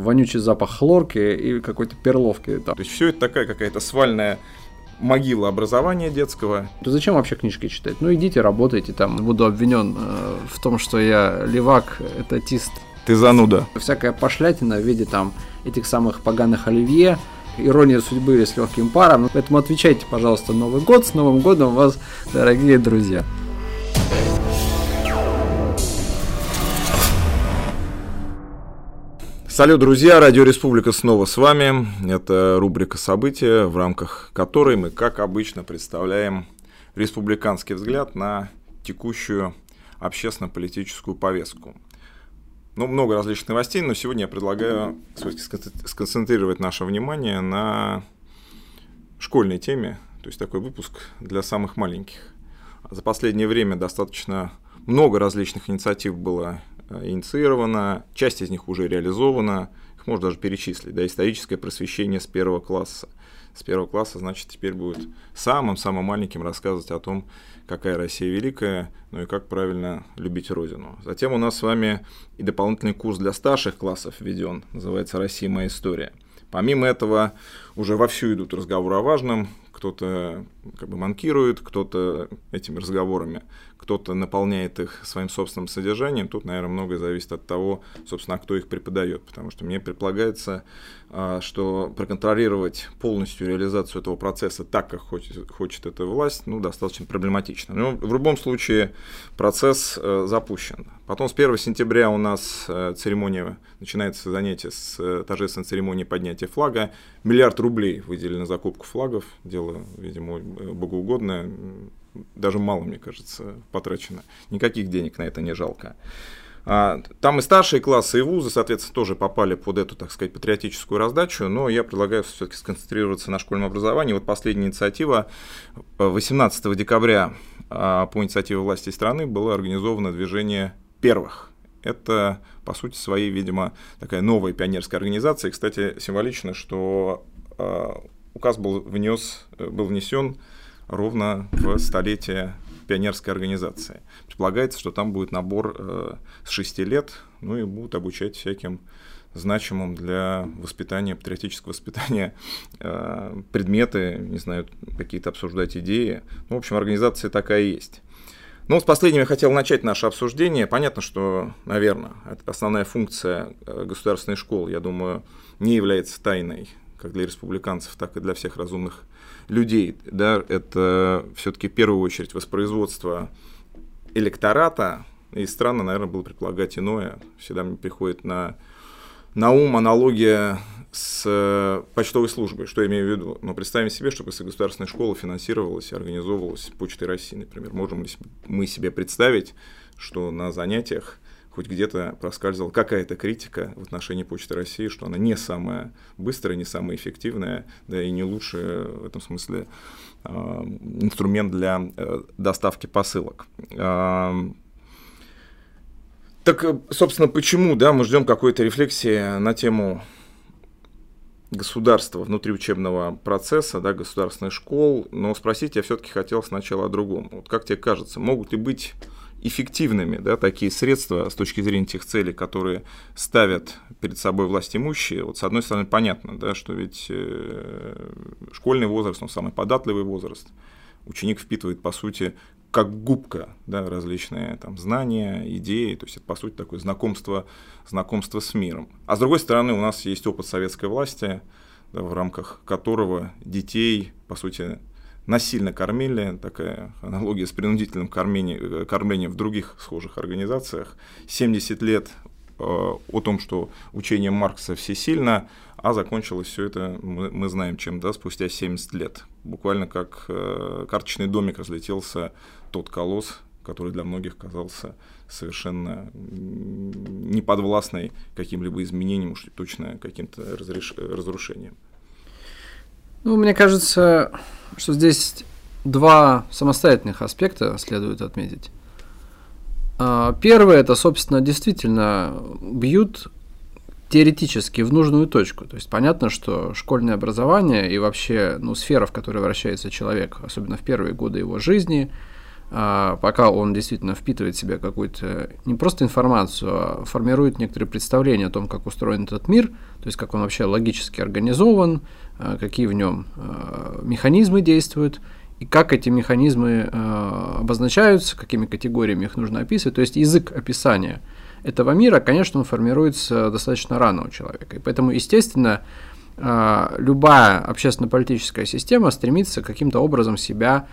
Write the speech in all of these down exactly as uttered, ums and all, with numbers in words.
вонючий запах хлорки и какой-то перловки. Там. То есть все это такая какая-то свальная могила образования детского. То зачем вообще книжки читать? Ну идите, работайте там. Буду обвинен э, в том, что я левак, этатист. Ты зануда. Всякая пошлятина в виде там этих самых поганых оливье, ирония судьбы с легким паром. Поэтому отвечайте, пожалуйста, Новый год. С Новым годом вас, дорогие друзья. Салют, друзья! Радио Республика снова с вами. Это рубрика «События», в рамках которой мы, как обычно, представляем республиканский взгляд на текущую общественно-политическую повестку. Ну, много различных новостей, но сегодня я предлагаю сконцентрировать наше внимание на школьной теме, то есть такой выпуск для самых маленьких. За последнее время достаточно много различных инициатив было инициировано, часть из них уже реализована, их можно даже перечислить. Да, историческое просвещение с первого класса. С первого класса, значит, теперь будет самым-самым маленьким рассказывать о том, какая Россия великая, ну и как правильно любить Родину. Затем у нас с вами и дополнительный курс для старших классов введен, называется «Россия. Моя история». Помимо этого, уже вовсю идут разговоры о важном, кто-то как бы манкирует, кто-то этими разговорами, кто-то наполняет их своим собственным содержанием. Тут, наверное, многое зависит от того, собственно, кто их преподает, потому что мне предполагается, что проконтролировать полностью реализацию этого процесса так, как хочет, хочет эта власть, ну, достаточно проблематично. Но в любом случае процесс запущен. Потом с первого сентября у нас церемония, начинается занятие с торжественной церемонии поднятия флага. Миллиард рублей выделили на закупку флагов. Дело, видимо, богоугодное. Даже мало, мне кажется, потрачено. Никаких денег на это не жалко. Там и старшие классы, и вузы, соответственно, тоже попали под эту, так сказать, патриотическую раздачу, но я предлагаю все-таки сконцентрироваться на школьном образовании. Вот последняя инициатива. восемнадцатого декабря по инициативе власти страны было организовано движение первых. Это, по сути своей, видимо, такая новая пионерская организация. И, кстати, символично, что указ был, внес, был внесен ровно в столетие пионерской организации. Предполагается, что там будет набор э, с шести лет, ну и будут обучать всяким значимым для воспитания, патриотического воспитания э, предметы, не знаю, какие-то обсуждать идеи. Ну, в общем, организация такая есть. Ну, с последним я хотел начать наше обсуждение. Понятно, что, наверное, основная функция государственной школы, я думаю, не является тайной, как для республиканцев, так и для всех разумных людей. Да, это все-таки в первую очередь воспроизводство электората, и странно, наверное, было предполагать иное. Всегда мне приходит на, на ум аналогия с почтовой службой. Что я имею в виду? Но представим себе, чтобы если государственная школа финансировалась и организовывалась Почтой России, например, можем ли мы себе представить, что на занятиях хоть где-то проскальзывала какая-то критика в отношении Почты России, что она не самая быстрая, не самая эффективная, да и не лучший в этом смысле инструмент для доставки посылок. Так, собственно, почему, да, мы ждем какой-то рефлексии на тему государства, внутриучебного процесса, да, государственных школ, но спросить я все-таки хотел сначала о другом. Вот как тебе кажется, могут ли быть эффективными, да, такие средства с точки зрения тех целей, которые ставят перед собой властимущие? Вот с одной стороны, понятно, да, что ведь э, школьный возраст, он самый податливый возраст, ученик впитывает, по сути, как губка, да, различные там знания, идеи, то есть это, по сути, такое знакомство, знакомство с миром. А с другой стороны, у нас есть опыт советской власти, да, в рамках которого детей, по сути, насильно кормили, такая аналогия с принудительным кормлением, кормлением в других схожих организациях. семьдесят лет э, о том, что учение Маркса всесильно, а закончилось все это, мы, мы знаем чем, да, спустя семьдесят лет. Буквально как э, карточный домик разлетелся тот колосс, который для многих казался совершенно неподвластной каким-либо изменениям, уж точно каким-то разреш... разрушением. Ну, мне кажется, что здесь два самостоятельных аспекта следует отметить. Первое – это, собственно, действительно бьют теоретически в нужную точку. То есть понятно, что школьное образование и вообще, ну, сфера, в которой вращается человек, особенно в первые годы его жизни, пока он действительно впитывает в себя какую-то не просто информацию, а формирует некоторые представления о том, как устроен этот мир, то есть как он вообще логически организован, какие в нем механизмы действуют, и как эти механизмы обозначаются, какими категориями их нужно описывать. То есть язык описания этого мира, конечно, он формируется достаточно рано у человека. И поэтому, естественно, любая общественно-политическая система стремится каким-то образом себя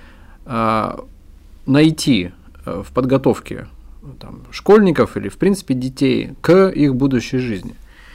найти в подготовке там, школьников или, в принципе, детей к их будущей жизни.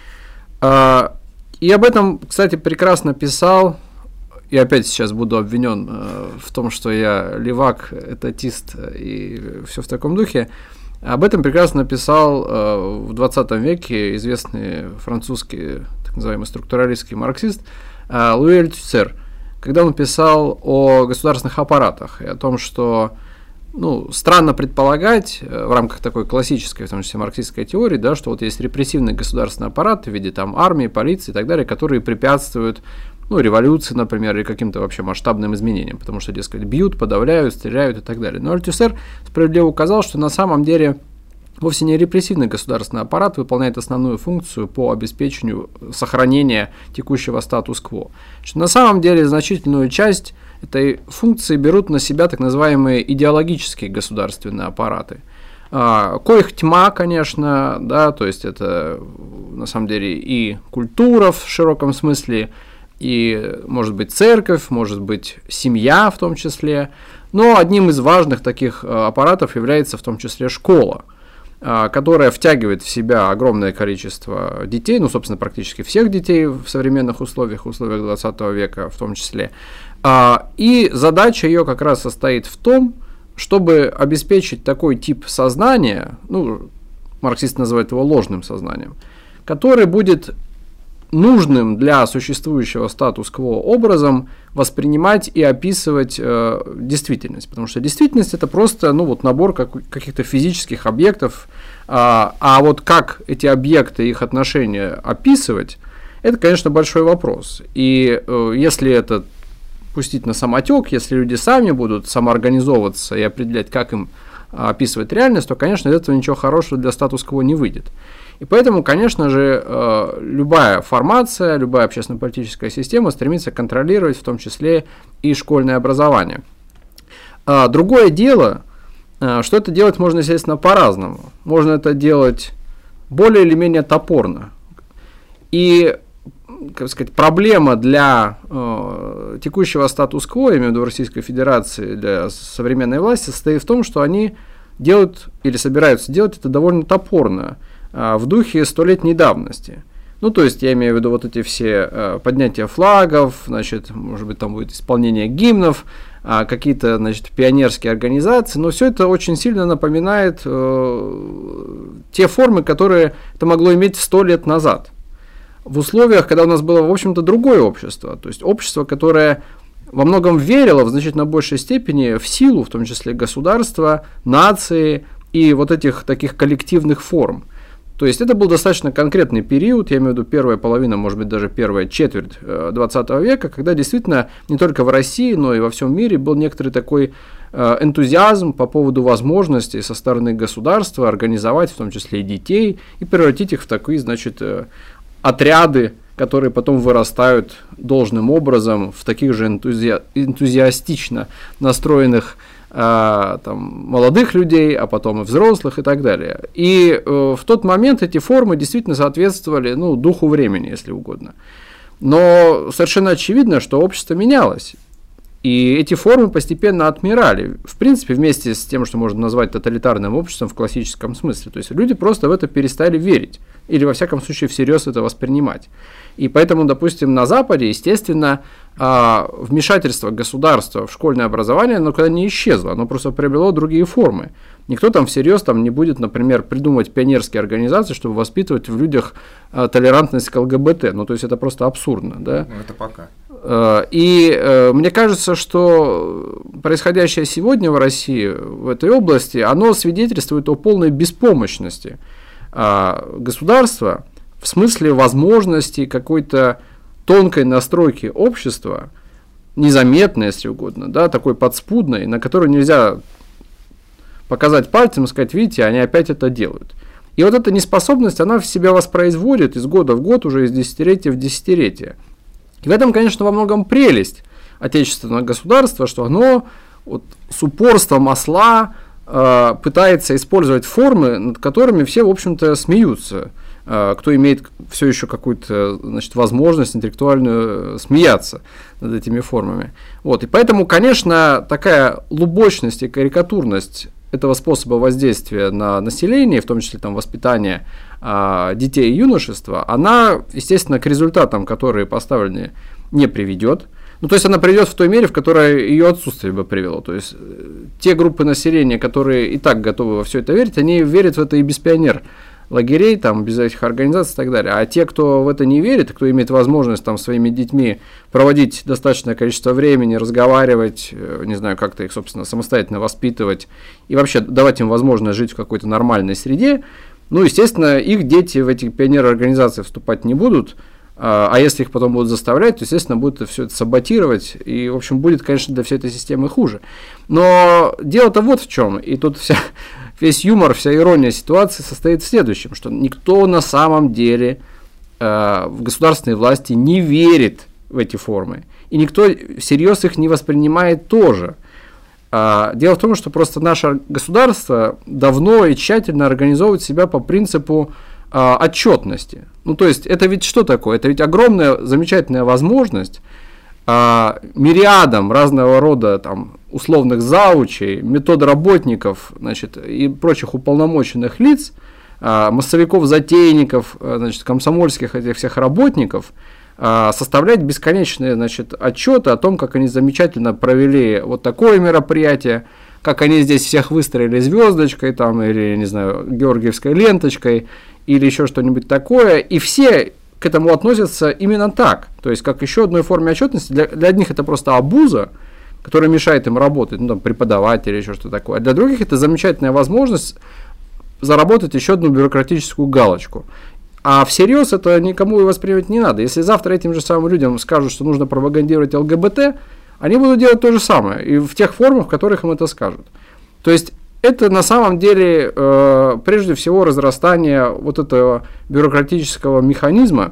И об этом, кстати, прекрасно писал, и опять сейчас буду обвинен в том, что я левак, этатист и все в таком духе. Об этом прекрасно писал в двадцатом веке известный французский, так называемый структуралистский марксист Луи Альтюсер, когда он писал о государственных аппаратах и о том, что ну, странно предполагать в рамках такой классической, в том числе марксистской теории, да, что вот есть репрессивный государственный аппарат в виде там, армии, полиции и так далее, которые препятствуют ну, революции, например, или каким-то вообще масштабным изменениям, потому что, дескать, бьют, подавляют, стреляют и так далее. Но Альтюсер справедливо указал, что на самом деле вовсе не репрессивный государственный аппарат выполняет основную функцию по обеспечению сохранения текущего статус-кво. Что на самом деле значительную часть этой функции берут на себя так называемые идеологические государственные аппараты, а, коих тьма, конечно, да, то есть это на самом деле и культура в широком смысле, и, может быть, церковь, может быть, семья в том числе, но одним из важных таких аппаратов является в том числе школа, которая втягивает в себя огромное количество детей, ну, собственно, практически всех детей в современных условиях, в условиях двадцатого века в том числе. И задача ее как раз состоит в том, чтобы обеспечить такой тип сознания, ну, марксисты называют его ложным сознанием, который будет нужным для существующего статус-кво образом воспринимать и описывать э, действительность. Потому что действительность – это просто ну, вот набор как, каких-то физических объектов, а, а вот как эти объекты, их отношения описывать, это, конечно, большой вопрос. И э, если это пустить на самотек, если люди сами будут самоорганизовываться и определять, как им описывать реальность, то, конечно, из этого ничего хорошего для статус-кво не выйдет. И поэтому, конечно же, любая формация, любая общественно-политическая система стремится контролировать в том числе и школьное образование. Другое дело, что это делать можно, естественно, по-разному. Можно это делать более или менее топорно. И, как сказать, проблема для текущего статус-кво, я имею в виду Российской Федерации, для современной власти, состоит в том, что они делают или собираются делать это довольно топорно, в духе столетней давности. Ну, то есть, я имею в виду вот эти все э, поднятия флагов, значит, может быть, там будет исполнение гимнов, э, какие-то, значит, пионерские организации, но все это очень сильно напоминает э, те формы, которые это могло иметь сто лет назад. В условиях, когда у нас было, в общем-то, другое общество, то есть общество, которое во многом верило в значительно большей степени в силу, в том числе государства, нации и вот этих таких коллективных форм. То есть это был достаточно конкретный период, я имею в виду первая половина, может быть, даже первая четверть двадцатого века, когда действительно не только в России, но и во всем мире был некоторый такой энтузиазм по поводу возможностей со стороны государства организовать, в том числе и детей, и превратить их в такие, значит, отряды, которые потом вырастают должным образом в таких же энтузи... энтузиастично настроенных там, молодых людей, а потом и взрослых и так далее. И э, в тот момент эти формы действительно соответствовали ну, духу времени, если угодно. Но совершенно очевидно, что общество менялось. И эти формы постепенно отмирали. В принципе, вместе с тем, что можно назвать тоталитарным обществом в классическом смысле. То есть люди просто в это перестали верить. Или, во всяком случае, всерьез это воспринимать. И поэтому, допустим, на Западе, естественно, вмешательство государства в школьное образование, оно когда не исчезло, оно просто приобрело другие формы. Никто там всерьез там, не будет, например, придумывать пионерские организации, чтобы воспитывать в людях толерантность к ЛГБТ. Ну, то есть это просто абсурдно. Да? Ну, это пока. И мне кажется, что происходящее сегодня в России в этой области, оно свидетельствует о полной беспомощности государства в смысле возможности какой-то тонкой настройки общества, незаметной, если угодно, да, такой подспудной, на которую нельзя показать пальцем и сказать, видите, они опять это делают. И вот эта неспособность, она в себя воспроизводит из года в год, уже из десятилетия в десятилетие. И в этом, конечно, во многом прелесть отечественного государства, что оно вот, с упорством осла э, пытается использовать формы, над которыми все, в общем-то, смеются. Э, кто имеет все еще какую-то, значит, возможность интеллектуальную смеяться над этими формами. Вот. И поэтому, конечно, такая лубочность и карикатурность этого способа воздействия на население, в том числе там, воспитания э, детей и юношества, она, естественно, к результатам, которые поставлены, не приведет. Ну, то есть она приведет в той мере, в которой ее отсутствие бы привело. То есть те группы населения, которые и так готовы во все это верить, они верят в это и без пионер лагерей, там, без этих организаций и так далее. А те, кто в это не верит, кто имеет возможность там своими детьми проводить достаточное количество времени, разговаривать, не знаю, как-то их, собственно, самостоятельно воспитывать и вообще давать им возможность жить в какой-то нормальной среде, ну, естественно, их дети в эти пионер-организации вступать не будут. А если их потом будут заставлять, то, естественно, будут все это саботировать, и, в общем, будет, конечно, для всей этой системы хуже. Но дело-то вот в чем, и тут вся, весь юмор, вся ирония ситуации состоит в следующем, что никто на самом деле э, в государственной власти не верит в эти формы, и никто всерьез их не воспринимает тоже. А, дело в том, что просто наше государство давно и тщательно организовывает себя по принципу отчетности. Ну, то есть, это ведь что такое? Это ведь огромная, замечательная возможность а, мириадам разного рода там, условных заучей, методработников, значит, и прочих уполномоченных лиц, а, массовиков-затейников, значит, комсомольских этих всех работников а, составлять бесконечные, значит, отчеты о том, как они замечательно провели вот такое мероприятие, как они здесь всех выстроили звездочкой там, или, не знаю, георгиевской ленточкой, или еще что-нибудь такое, и все к этому относятся именно так, то есть как еще одной форме отчетности. Для, для одних это просто обуза, которая мешает им работать, ну там преподаватель или еще что-то такое, а для других это замечательная возможность заработать еще одну бюрократическую галочку. А всерьез это никому и воспринимать не надо. Если завтра этим же самым людям скажут, что нужно пропагандировать ЛГБТ, они будут делать то же самое, и в тех формах, в которых им это скажут. То есть это на самом деле э, прежде всего разрастание вот этого бюрократического механизма,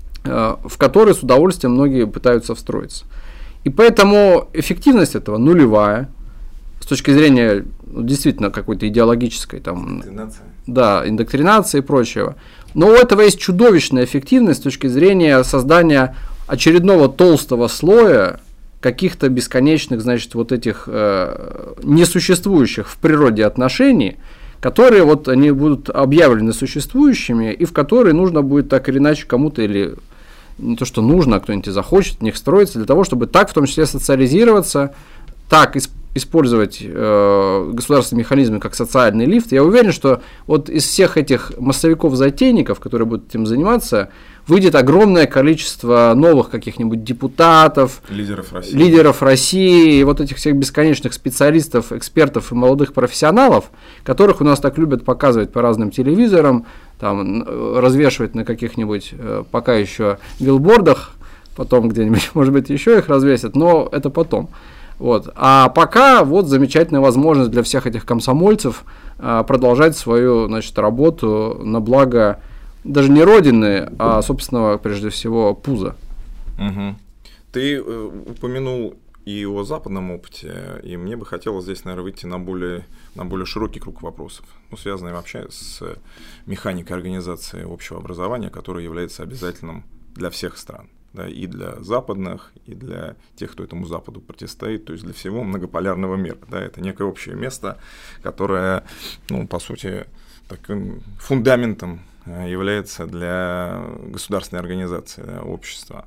э, в который с удовольствием многие пытаются встроиться. И поэтому эффективность этого нулевая с точки зрения ну, действительно какой-то идеологической там, индоктринации. Да, индоктринации и прочего. Но у этого есть чудовищная эффективность с точки зрения создания очередного толстого слоя каких-то бесконечных, значит, вот этих э, несуществующих в природе отношений, которые вот они будут объявлены существующими, и в которые нужно будет так или иначе кому-то или не то, что нужно, а кто-нибудь захочет в них строиться, для того, чтобы так в том числе социализироваться, так исп- использовать э, государственные механизмы как социальный лифт. Я уверен, что вот из всех этих массовиков-затейников, которые будут этим заниматься, выйдет огромное количество новых каких-нибудь депутатов, лидеров России. лидеров России, и вот этих всех бесконечных специалистов, экспертов и молодых профессионалов, которых у нас так любят показывать по разным телевизорам, там, развешивать на каких-нибудь пока еще билбордах, потом где-нибудь, может быть, еще их развесят, но это потом. Вот. А пока вот замечательная возможность для всех этих комсомольцев а, продолжать свою, значит, работу на благо даже не родины, а собственного, прежде всего, пуза. Угу. Ты э, упомянул и о западном опыте, и мне бы хотелось здесь, наверное, выйти на более, на более широкий круг вопросов, ну, связанные вообще с механикой организации общего образования, которая является обязательным для всех стран. Да, и для западных, и для тех, кто этому Западу противостоит, то есть для всего многополярного мира. Да, это некое общее место, которое, ну, по сути, таким фундаментом является для государственной организации, да, общества.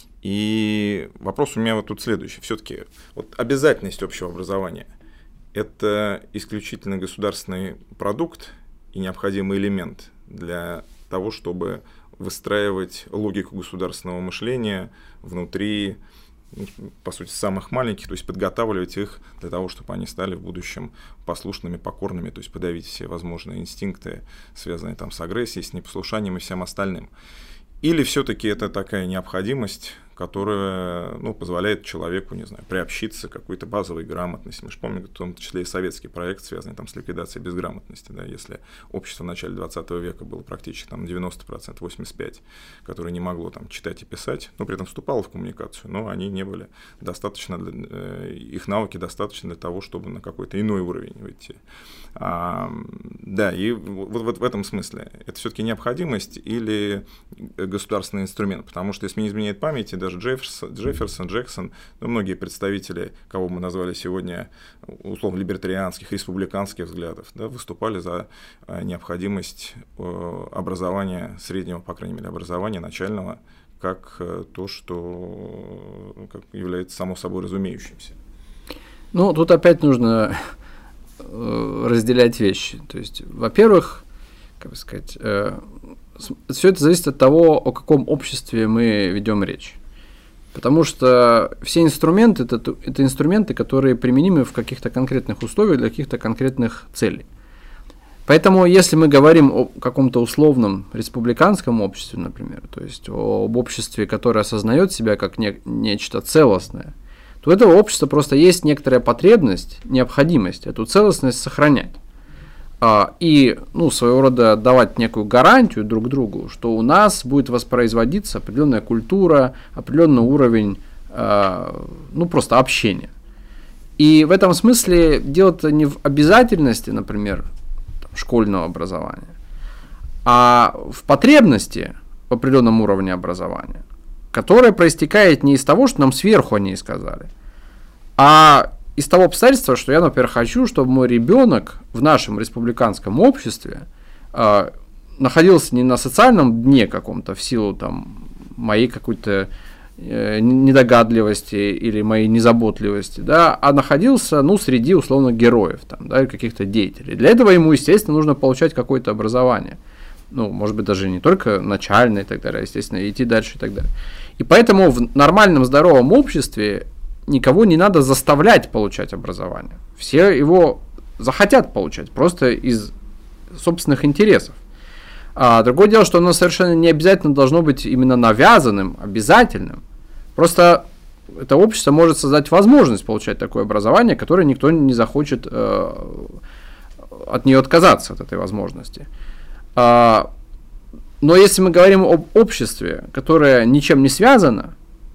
И вопрос у меня вот тут следующий. Все-таки вот обязательность общего образования – это исключительно государственный продукт и необходимый элемент для того, чтобы выстраивать логику государственного мышления внутри, ну, по сути, самых маленьких, то есть подготавливать их для того, чтобы они стали в будущем послушными, покорными, то есть подавить все возможные инстинкты, связанные там с агрессией, с непослушанием и всем остальным. Или все-таки это такая необходимость, которая, ну, позволяет человеку, не знаю, приобщиться к какой-то базовой грамотности. Мы же помним, в том числе и советский проект, связанный там с ликвидацией безграмотности. Да, если общество в начале двадцатого века было практически там девяносто процентов, восемьдесят пять процентов, которое не могло там читать и писать, но при этом вступало в коммуникацию, но они не были достаточно, для, их навыки достаточно для того, чтобы на какой-то иной уровень выйти. А, да, и вот, вот в этом смысле это все-таки необходимость или государственный инструмент, потому что, если мне не изменяет память, даже Джефферсон, Джефферсон, Джексон, ну, многие представители, кого мы назвали сегодня условно либертарианских, республиканских взглядов, да, выступали за необходимость образования среднего, по крайней мере, образования начального, как то, что как является само собой разумеющимся. Ну, тут опять нужно разделять вещи. То есть, во-первых, как бы сказать, э, все это зависит от того, о каком обществе мы ведем речь. Потому что все инструменты это, это инструменты, которые применимы в каких-то конкретных условиях для каких-то конкретных целей. Поэтому, если мы говорим о каком-то условном республиканском обществе, например, то есть об обществе, которое осознает себя как не, нечто целостное, то у этого общества просто есть некоторая потребность, необходимость эту целостность сохранять. А, и, ну, своего рода давать некую гарантию друг другу, что у нас будет воспроизводиться определенная культура, определенный уровень, а, ну, просто общения. И в этом смысле дело-то не в обязательности, например, там, школьного образования, а в потребности в определенном уровне образования, которое проистекает не из того, что нам сверху они сказали, а из того обстоятельства, что я, например, хочу, чтобы мой ребенок в нашем республиканском обществе э, находился не на социальном дне каком-то в силу там, моей какой-то э, недогадливости или моей незаботливости, да, а находился, ну, среди условно героев там, да, или каких-то деятелей. Для этого ему, естественно, нужно получать какое-то образование. Ну, может быть, даже не только начальное и так далее, естественно, идти дальше и так далее. И поэтому в нормальном здоровом обществе никого не надо заставлять получать образование. Все его захотят получать, просто из собственных интересов. А другое дело, что оно совершенно не обязательно должно быть именно навязанным, обязательным. Просто это общество может создать возможность получать такое образование, которое никто не захочет э, от нее отказаться, от этой возможности. А, но если мы говорим об обществе, которое ничем не связано,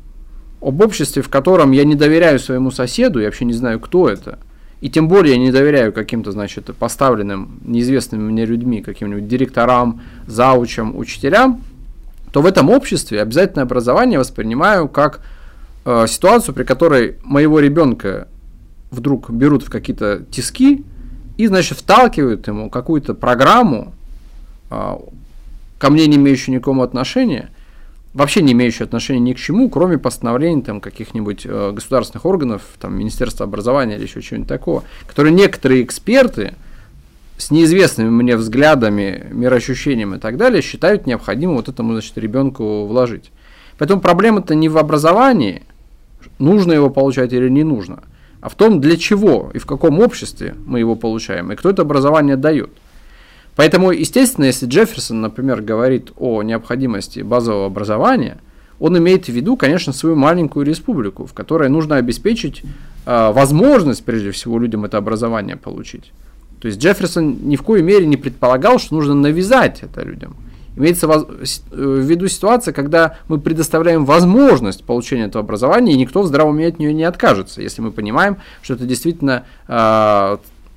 об обществе, в котором я не доверяю своему соседу, я вообще не знаю, кто это, и тем более я не доверяю каким-то, значит, поставленным неизвестными мне людьми, каким-нибудь директорам, заучам, учителям, то в этом обществе обязательное образование воспринимаю как э, ситуацию, при которой моего ребенка вдруг берут в какие-то тиски и, значит, вталкивают ему какую-то программу, э, ко мне не имеющую никакого отношения, вообще не имеющие отношения ни к чему, кроме постановлений там, каких-нибудь э, государственных органов, там, Министерства образования или еще чего-нибудь такого, которые некоторые эксперты с неизвестными мне взглядами, мироощущением и так далее считают необходимым вот этому, значит, ребенку вложить. Поэтому проблема-то не в образовании, нужно его получать или не нужно, а в том, для чего и в каком обществе мы его получаем, и кто это образование дает. Поэтому, естественно, если Джефферсон, например, говорит о необходимости базового образования, он имеет в виду, конечно, свою маленькую республику, в которой нужно обеспечить э, возможность, прежде всего, людям это образование получить. То есть Джефферсон ни в коей мере не предполагал, что нужно навязать это людям. Имеется в виду ситуация, когда мы предоставляем возможность получения этого образования, и никто в здравом уме от нее не откажется, если мы понимаем, что это действительно э,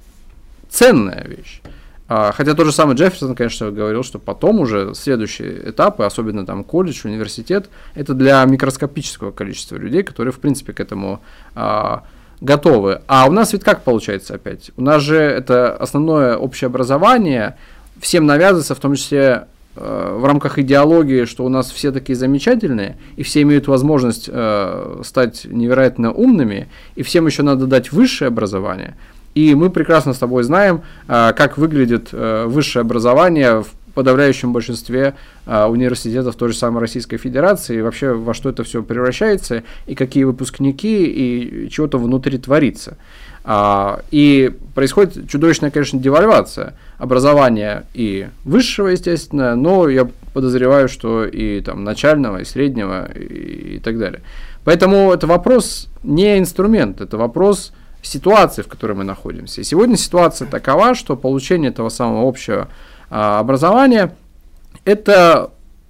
ценная вещь. Хотя тот же самый Джефферсон, конечно, говорил, что потом уже следующие этапы, особенно там колледж, университет, это для микроскопического количества людей, которые, в принципе, к этому а, готовы. А у нас ведь как получается опять? У нас же это основное общее образование, всем навязывается, в том числе э, в рамках идеологии, что у нас все такие замечательные, и все имеют возможность э, стать невероятно умными, и всем еще надо дать высшее образование. И мы прекрасно с тобой знаем, как выглядит высшее образование подавляющем большинстве а, университетов той же самой Российской Федерации, и вообще во что это все превращается, и какие выпускники, и чего-то внутри творится. А, и происходит чудовищная, конечно, девальвация образования и высшего, естественно, но я подозреваю, что и там начального, и среднего, и, и так далее. Поэтому это вопрос не инструмент, это вопрос ситуации, в которой мы находимся. И сегодня ситуация такова, что получение этого самого общего а, образования – это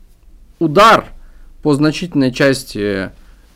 удар по значительной части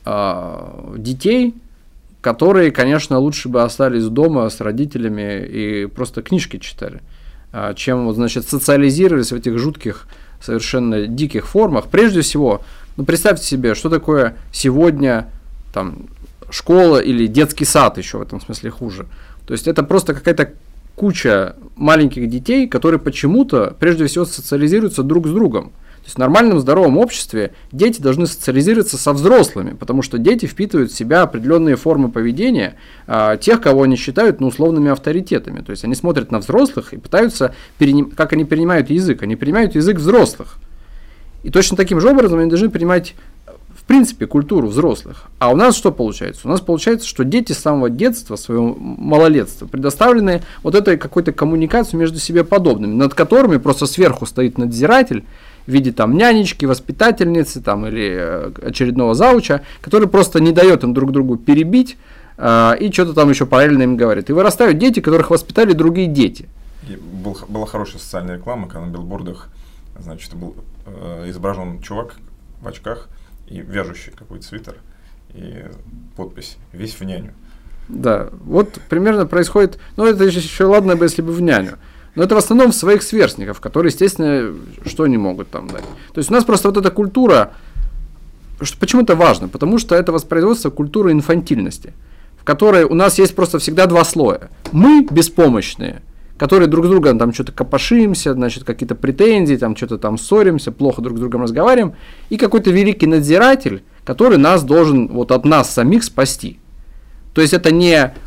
а, детей, которые, конечно, лучше бы остались дома с родителями и просто книжки читали, а, чем, вот, значит, социализировались в этих жутких, совершенно диких формах. Прежде всего, ну, представьте себе, что такое сегодня там, школа или детский сад еще в этом смысле хуже. То есть это просто какая-то куча маленьких детей, которые почему-то прежде всего социализируются друг с другом. То есть в нормальном здоровом обществе дети должны социализироваться со взрослыми, потому что дети впитывают в себя определенные формы поведения а, тех, кого они считают ну, условными авторитетами. То есть они смотрят на взрослых и пытаются, переним... как они перенимают язык. Они перенимают язык взрослых. И точно таким же образом они должны принимать в принципе культуру взрослых. А у нас что получается? У нас получается, что дети с самого детства, своего малолетства предоставлены вот этой какой-то коммуникации между себе подобными, над которыми просто сверху стоит надзиратель в виде там нянечки, воспитательницы там, или очередного зауча, который просто не дает им друг другу перебить э, и что-то там еще параллельно им говорит. И вырастают дети, которых воспитали другие дети. И был, была хорошая социальная реклама, когда на билбордах, значит, был э, изображен чувак в очках и вяжущий какой-то свитер, и подпись «Весь в няню». Да, вот примерно происходит, ну это еще ладно бы, если бы в няню, но это в основном в своих сверстников, которые, естественно, что не могут там дать. То есть у нас просто вот эта культура, что почему это важно, потому что это воспроизводство культуры инфантильности, в которой у нас есть просто всегда два слоя. Мы беспомощные, которые друг с другом там что-то копошимся, значит, какие-то претензии, там что-то там ссоримся, плохо друг с другом разговариваем, и какой-то великий надзиратель, который нас должен вот от нас самих спасти. То есть это не э,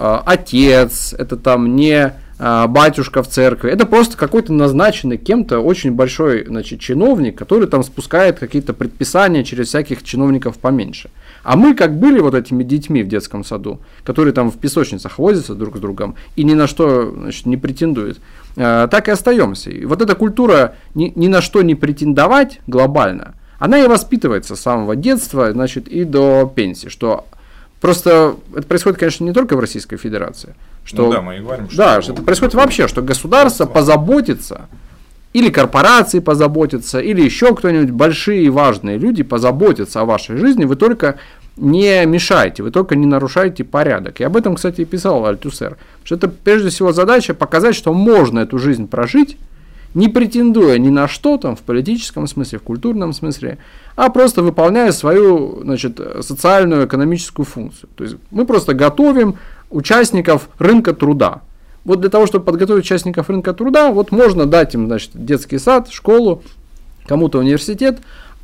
отец, это там не э, батюшка в церкви, это просто какой-то назначенный кем-то очень большой, значит, чиновник, который там спускает какие-то предписания через всяких чиновников поменьше. А мы как были вот этими детьми в детском саду, которые там в песочницах возятся друг с другом и ни на что, значит, не претендуют, э, так и остаемся. И вот эта культура ни, ни на что не претендовать глобально, она и воспитывается с самого детства, значит, и до пенсии, что просто это происходит, конечно, не только в Российской Федерации. Что, ну да, мы и говорим, что... Да, что это происходит вообще, что государство позаботится, или корпорации позаботятся, или еще кто-нибудь, большие и важные люди позаботятся о вашей жизни, вы только не мешайте, вы только не нарушайте порядок. И об этом, кстати, и писал Альтусер, что это прежде всего задача показать, что можно эту жизнь прожить, не претендуя ни на что там в политическом смысле, в культурном смысле, а просто выполняя свою, значит, социальную, экономическую функцию. То есть мы просто готовим участников рынка труда. Вот для того, чтобы подготовить участников рынка труда, вот можно дать им, значит, детский сад, школу, кому-то университет,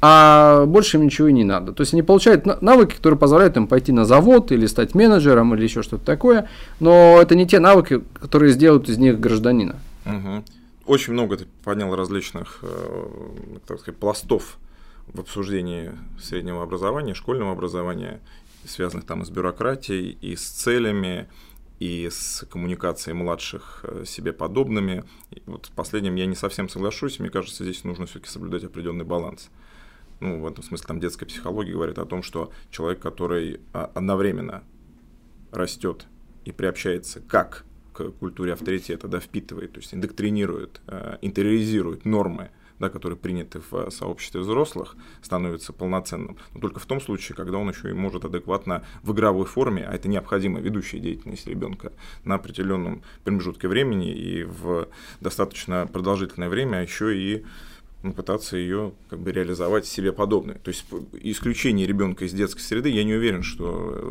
а больше им ничего и не надо. То есть они получают навыки, которые позволяют им пойти на завод или стать менеджером или еще что-то такое, но это не те навыки, которые сделают из них гражданина. Угу. Очень много ты поднял различных, так сказать, пластов в обсуждении среднего образования, школьного образования, связанных там и с бюрократией, и с целями, и с коммуникацией младших с себе подобными. И вот с последним я не совсем соглашусь, мне кажется, здесь нужно все-таки соблюдать определенный баланс. Ну, в этом смысле там детская психология говорит о том, что человек, который одновременно растет и приобщается как к культуре авторитета, да, впитывает, то есть индоктринирует, интериоризирует нормы, да, которые приняты в сообществе взрослых, становится полноценным. Но только в том случае, когда он еще и может адекватно в игровой форме, а это необходимая ведущая деятельность ребенка на определенном промежутке времени и в достаточно продолжительное время, а еще и ну, пытаться ее как бы реализовать себе подобной. То есть исключение ребенка из детской среды, я не уверен, что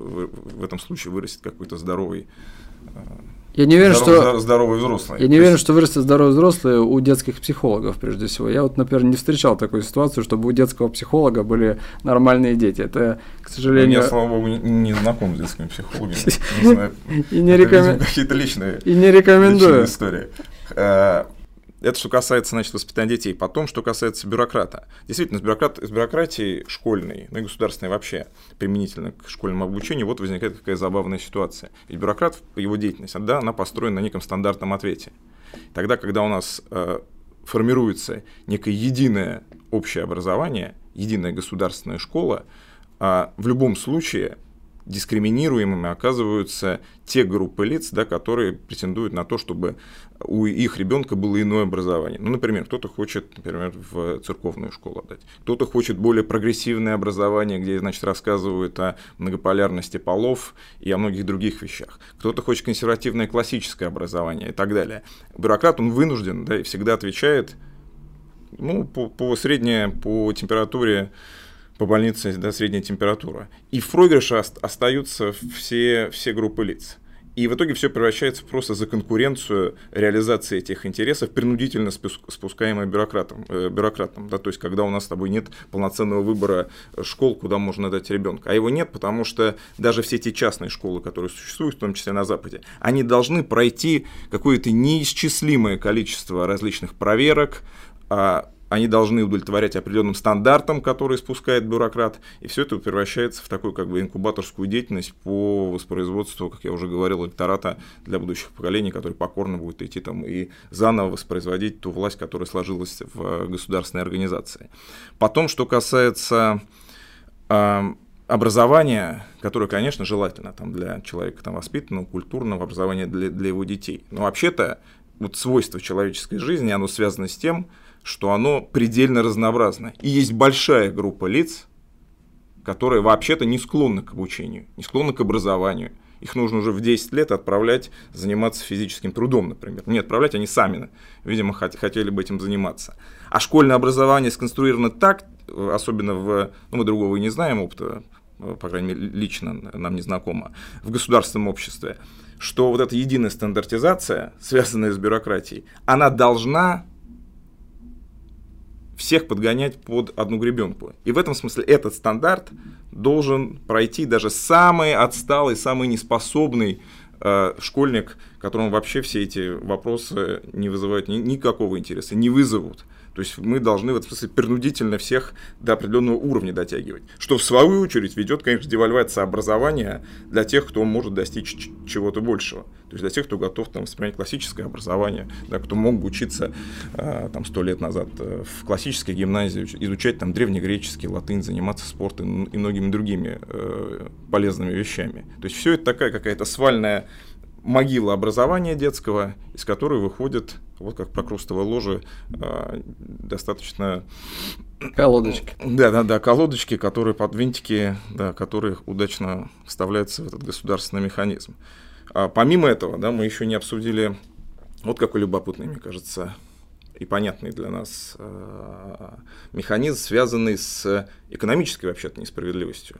в этом случае вырастет какой-то здоровый. Я не уверен, здоровый, что, здоровый взрослый. Я не уверен, что вырастет здоровый взрослый у детских психологов, прежде всего. Я вот, например, не встречал такую ситуацию, чтобы у детского психолога были нормальные дети. Это, к сожалению... Я, слава богу, не, не знаком с детскими психологами. Не знаю, и не рекомен... какие-то личные, и не рекомендую. личные истории. Это что касается, значит, воспитания детей. Потом, что касается бюрократа. Действительно, с, бюрократ, с бюрократией школьной, ну и государственной вообще, применительно к школьному обучению, вот возникает какая забавная ситуация. Ведь бюрократ, его деятельность, да, она построена на неком стандартном ответе. Тогда, когда у нас э, формируется некое единое общее образование, единая государственная школа, э, в любом случае дискриминируемыми оказываются те группы лиц, да, которые претендуют на то, чтобы у их ребенка было иное образование. Ну, например, кто-то хочет, например, в церковную школу отдать, кто-то хочет более прогрессивное образование, где, значит, рассказывают о многополярности полов и о многих других вещах. Кто-то хочет консервативное классическое образование и так далее. Бюрократ, он вынужден, да, и всегда отвечает, ну, по, по средней, по температуре, по больнице, да, средняя температура. И в проигрыше остаются все, все группы лиц. И в итоге все превращается просто за конкуренцию реализации этих интересов, принудительно спускаемой бюрократом, э, бюрократом. Да, то есть, когда у нас с тобой нет полноценного выбора школ, куда можно дать ребенка. А его нет, потому что даже все те частные школы, которые существуют, в том числе на Западе, они должны пройти какое-то неисчислимое количество различных проверок, а они должны удовлетворять определенным стандартам, которые спускает бюрократ, и все это превращается в такую как бы инкубаторскую деятельность по воспроизводству, как я уже говорил, электората для будущих поколений, который покорно будет идти там и заново воспроизводить ту власть, которая сложилась в государственной организации. Потом, что касается э, образования, которое, конечно, желательно там, для человека там, воспитанного, культурного образования для, для его детей. Но вообще-то вот свойство человеческой жизни, оно связано с тем, что оно предельно разнообразно. И есть большая группа лиц, которые вообще-то не склонны к обучению, не склонны к образованию. Их нужно уже в десять лет отправлять заниматься физическим трудом, например. Не отправлять, они сами, видимо, хотели бы этим заниматься. А школьное образование сконструировано так, особенно в, ну, мы другого и не знаем, опыта, по крайней мере, лично нам не знакомо, в государственном обществе, что вот эта единая стандартизация, связанная с бюрократией, она должна всех подгонять под одну гребенку. И в этом смысле этот стандарт должен пройти даже самый отсталый, самый неспособный э, школьник, которому вообще все эти вопросы не вызывают ни, никакого интереса, не вызовут. То есть мы должны в этом смысле принудительно всех до определенного уровня дотягивать. Что в свою очередь ведет, конечно, к девальвации образования для тех, кто может достичь чего-то большего. То есть для тех, кто готов там, воспринимать классическое образование, да, кто мог бы учиться там, сто лет назад в классической гимназии, изучать там, древнегреческий, латынь, заниматься спортом и многими другими э, полезными вещами. То есть все это такая какая-то свальная могила образования детского, из которой выходит, вот как прокрустовая ложа, э, достаточно... Колодочки. Да, да, да, колодочки, которые под винтики, да, которые удачно вставляются в этот государственный механизм. А помимо этого, да, мы еще не обсудили вот какой любопытный, мне кажется, и понятный для нас э, механизм, связанный с экономической вообще-то несправедливостью.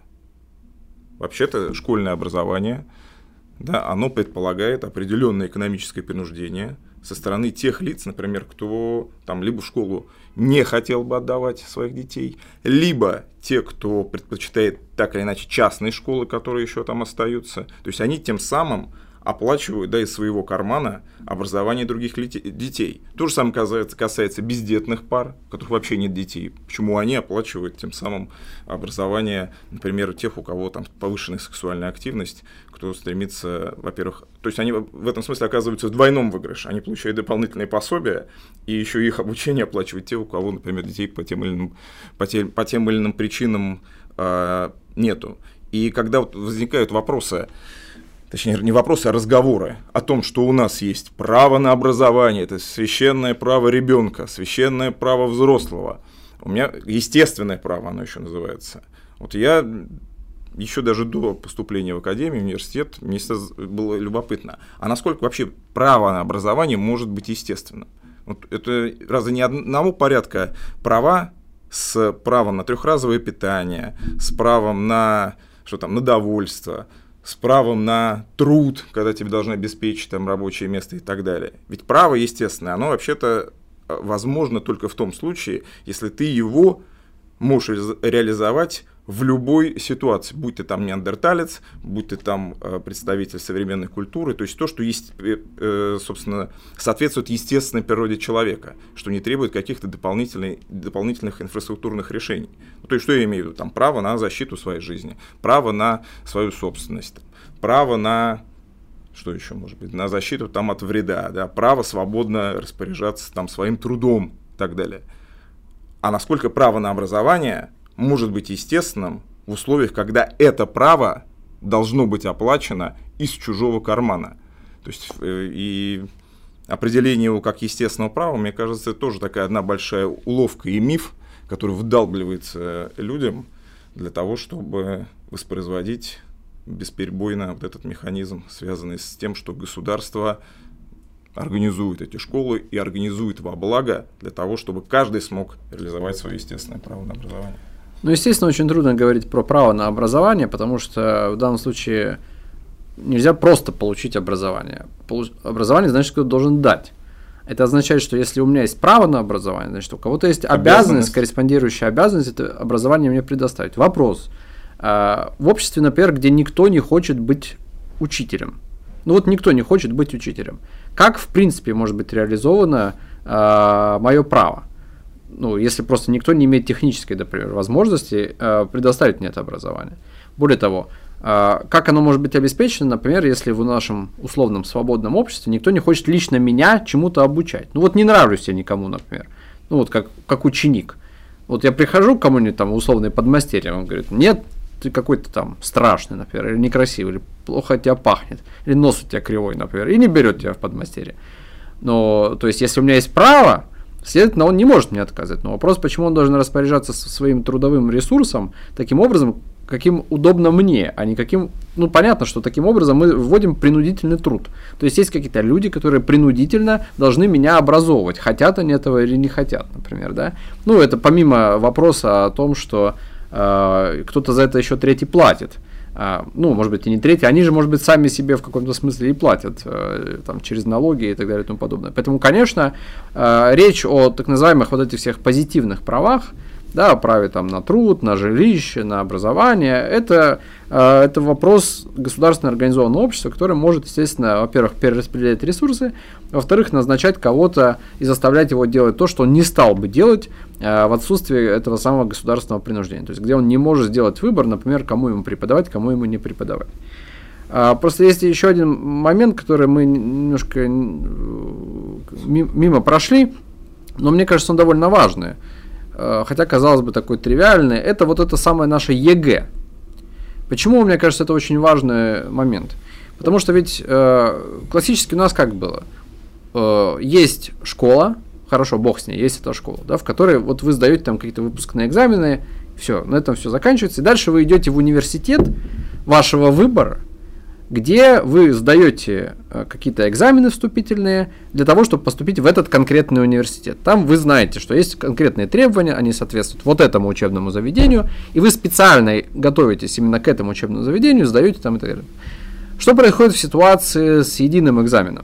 Вообще-то школьное образование, да, оно предполагает определенное экономическое принуждение со стороны тех лиц, например, кто там либо в школу не хотел бы отдавать своих детей, либо те, кто предпочитает так или иначе частные школы, которые еще там остаются. То есть они тем самым оплачивают, да, из своего кармана образование других детей. То же самое касается, касается бездетных пар, у которых вообще нет детей. Почему они оплачивают тем самым образование, например, тех, у кого там повышенная сексуальная активность, кто стремится, во-первых, то есть они в этом смысле оказываются в двойном выигрыше. Они получают дополнительные пособия, и еще их обучение оплачивают те, у кого, например, детей по тем или иным, по тем, по тем или иным причинам э, нету. И когда вот возникают вопросы, точнее, не вопросы, а разговоры о том, что у нас есть право на образование, это священное право ребенка, священное право взрослого. У меня естественное право, оно еще называется. Вот я еще даже до поступления в академию, в университет, мне было любопытно, а насколько вообще право на образование может быть естественным? Вот это разве не одного порядка права с правом на трехразовое питание, с правом на, что там, на довольство, с правом на труд, когда тебе должны обеспечить там рабочее место и так далее. Ведь право, естественно, оно вообще-то возможно только в том случае, если ты его можешь реализовать в любой ситуации, будь ты там неандерталец, будь ты там представитель современной культуры, то есть то, что есть, собственно, соответствует естественной природе человека, что не требует каких-то дополнительных, дополнительных инфраструктурных решений. То есть что я имею в виду? Там право на защиту своей жизни, право на свою собственность, право на, что еще может быть, на защиту там от вреда, да, право свободно распоряжаться там своим трудом и так далее. А насколько право на образование может быть естественным в условиях, когда это право должно быть оплачено из чужого кармана. То есть и определение его как естественного права, мне кажется, это тоже такая одна большая уловка и миф, который вдалбливается людям для того, чтобы воспроизводить бесперебойно вот этот механизм, связанный с тем, что государство организует эти школы и организует во благо для того, чтобы каждый смог реализовать свое естественное право на образование. Ну, естественно, очень трудно говорить про право на образование, потому что в данном случае нельзя просто получить образование. Получ... Образование, значит, кто-то должен дать. Это означает, что если у меня есть право на образование, значит, у кого-то есть обязанность, обязанность корреспондирующая обязанность это образование мне предоставить. Вопрос. В обществе, например, где никто не хочет быть учителем. Ну вот никто не хочет быть учителем. Как, в принципе, может быть реализовано мое право? Ну, если просто никто не имеет технической, например, возможности э, предоставить мне это образование. Более того, э, как оно может быть обеспечено, например, если в нашем условном свободном обществе никто не хочет лично меня чему-то обучать. Ну вот не нравлюсь я никому, например, ну вот как, как ученик. Вот я прихожу к кому-нибудь там условный подмастерье, он говорит, нет, ты какой-то там страшный, например, или некрасивый, или плохо от тебя пахнет, или нос у тебя кривой, например, и не берет тебя в подмастерье. Но, то есть, если у меня есть право, следовательно, он не может мне отказать. Но вопрос, почему он должен распоряжаться своим трудовым ресурсом таким образом, каким удобно мне, а не каким... Ну, понятно, что таким образом мы вводим принудительный труд. То есть, есть какие-то люди, которые принудительно должны меня образовывать, хотят они этого или не хотят, например, да. Ну, это помимо вопроса о том, что э, кто-то за это еще третий платит. Uh, ну, может быть, и не третий, они же, может быть, сами себе в каком-то смысле и платят uh, там, через налоги и так далее и тому подобное. Поэтому, конечно, uh, речь о так называемых вот этих всех позитивных правах, да, праве там, на труд, на жилище, на образование, это, uh, это вопрос государственно организованного общества, которое может, естественно, во-первых, перераспределять ресурсы, во-вторых, назначать кого-то и заставлять его делать то, что он не стал бы делать uh, в отсутствии этого самого государственного принуждения. То есть, где он не может сделать выбор, например, кому ему преподавать, кому ему не преподавать. Uh, просто есть еще один момент, который мы немножко мимо прошли, но мне кажется, он довольно важный. Хотя, казалось бы, такой тривиальный, это вот это самое наше ЕГЭ. Почему, мне кажется, это очень важный момент? Потому что ведь э, классически у нас как было? Э, есть школа, хорошо, бог с ней, есть эта школа, да, в которой вот вы сдаете там какие-то выпускные экзамены, все, на этом все заканчивается, и дальше вы идете в университет вашего выбора, где вы сдаете какие-то экзамены вступительные для того, чтобы поступить в этот конкретный университет. Там вы знаете, что есть конкретные требования, они соответствуют вот этому учебному заведению, и вы специально готовитесь именно к этому учебному заведению, сдаете там и так далее. Что происходит в ситуации с единым экзаменом?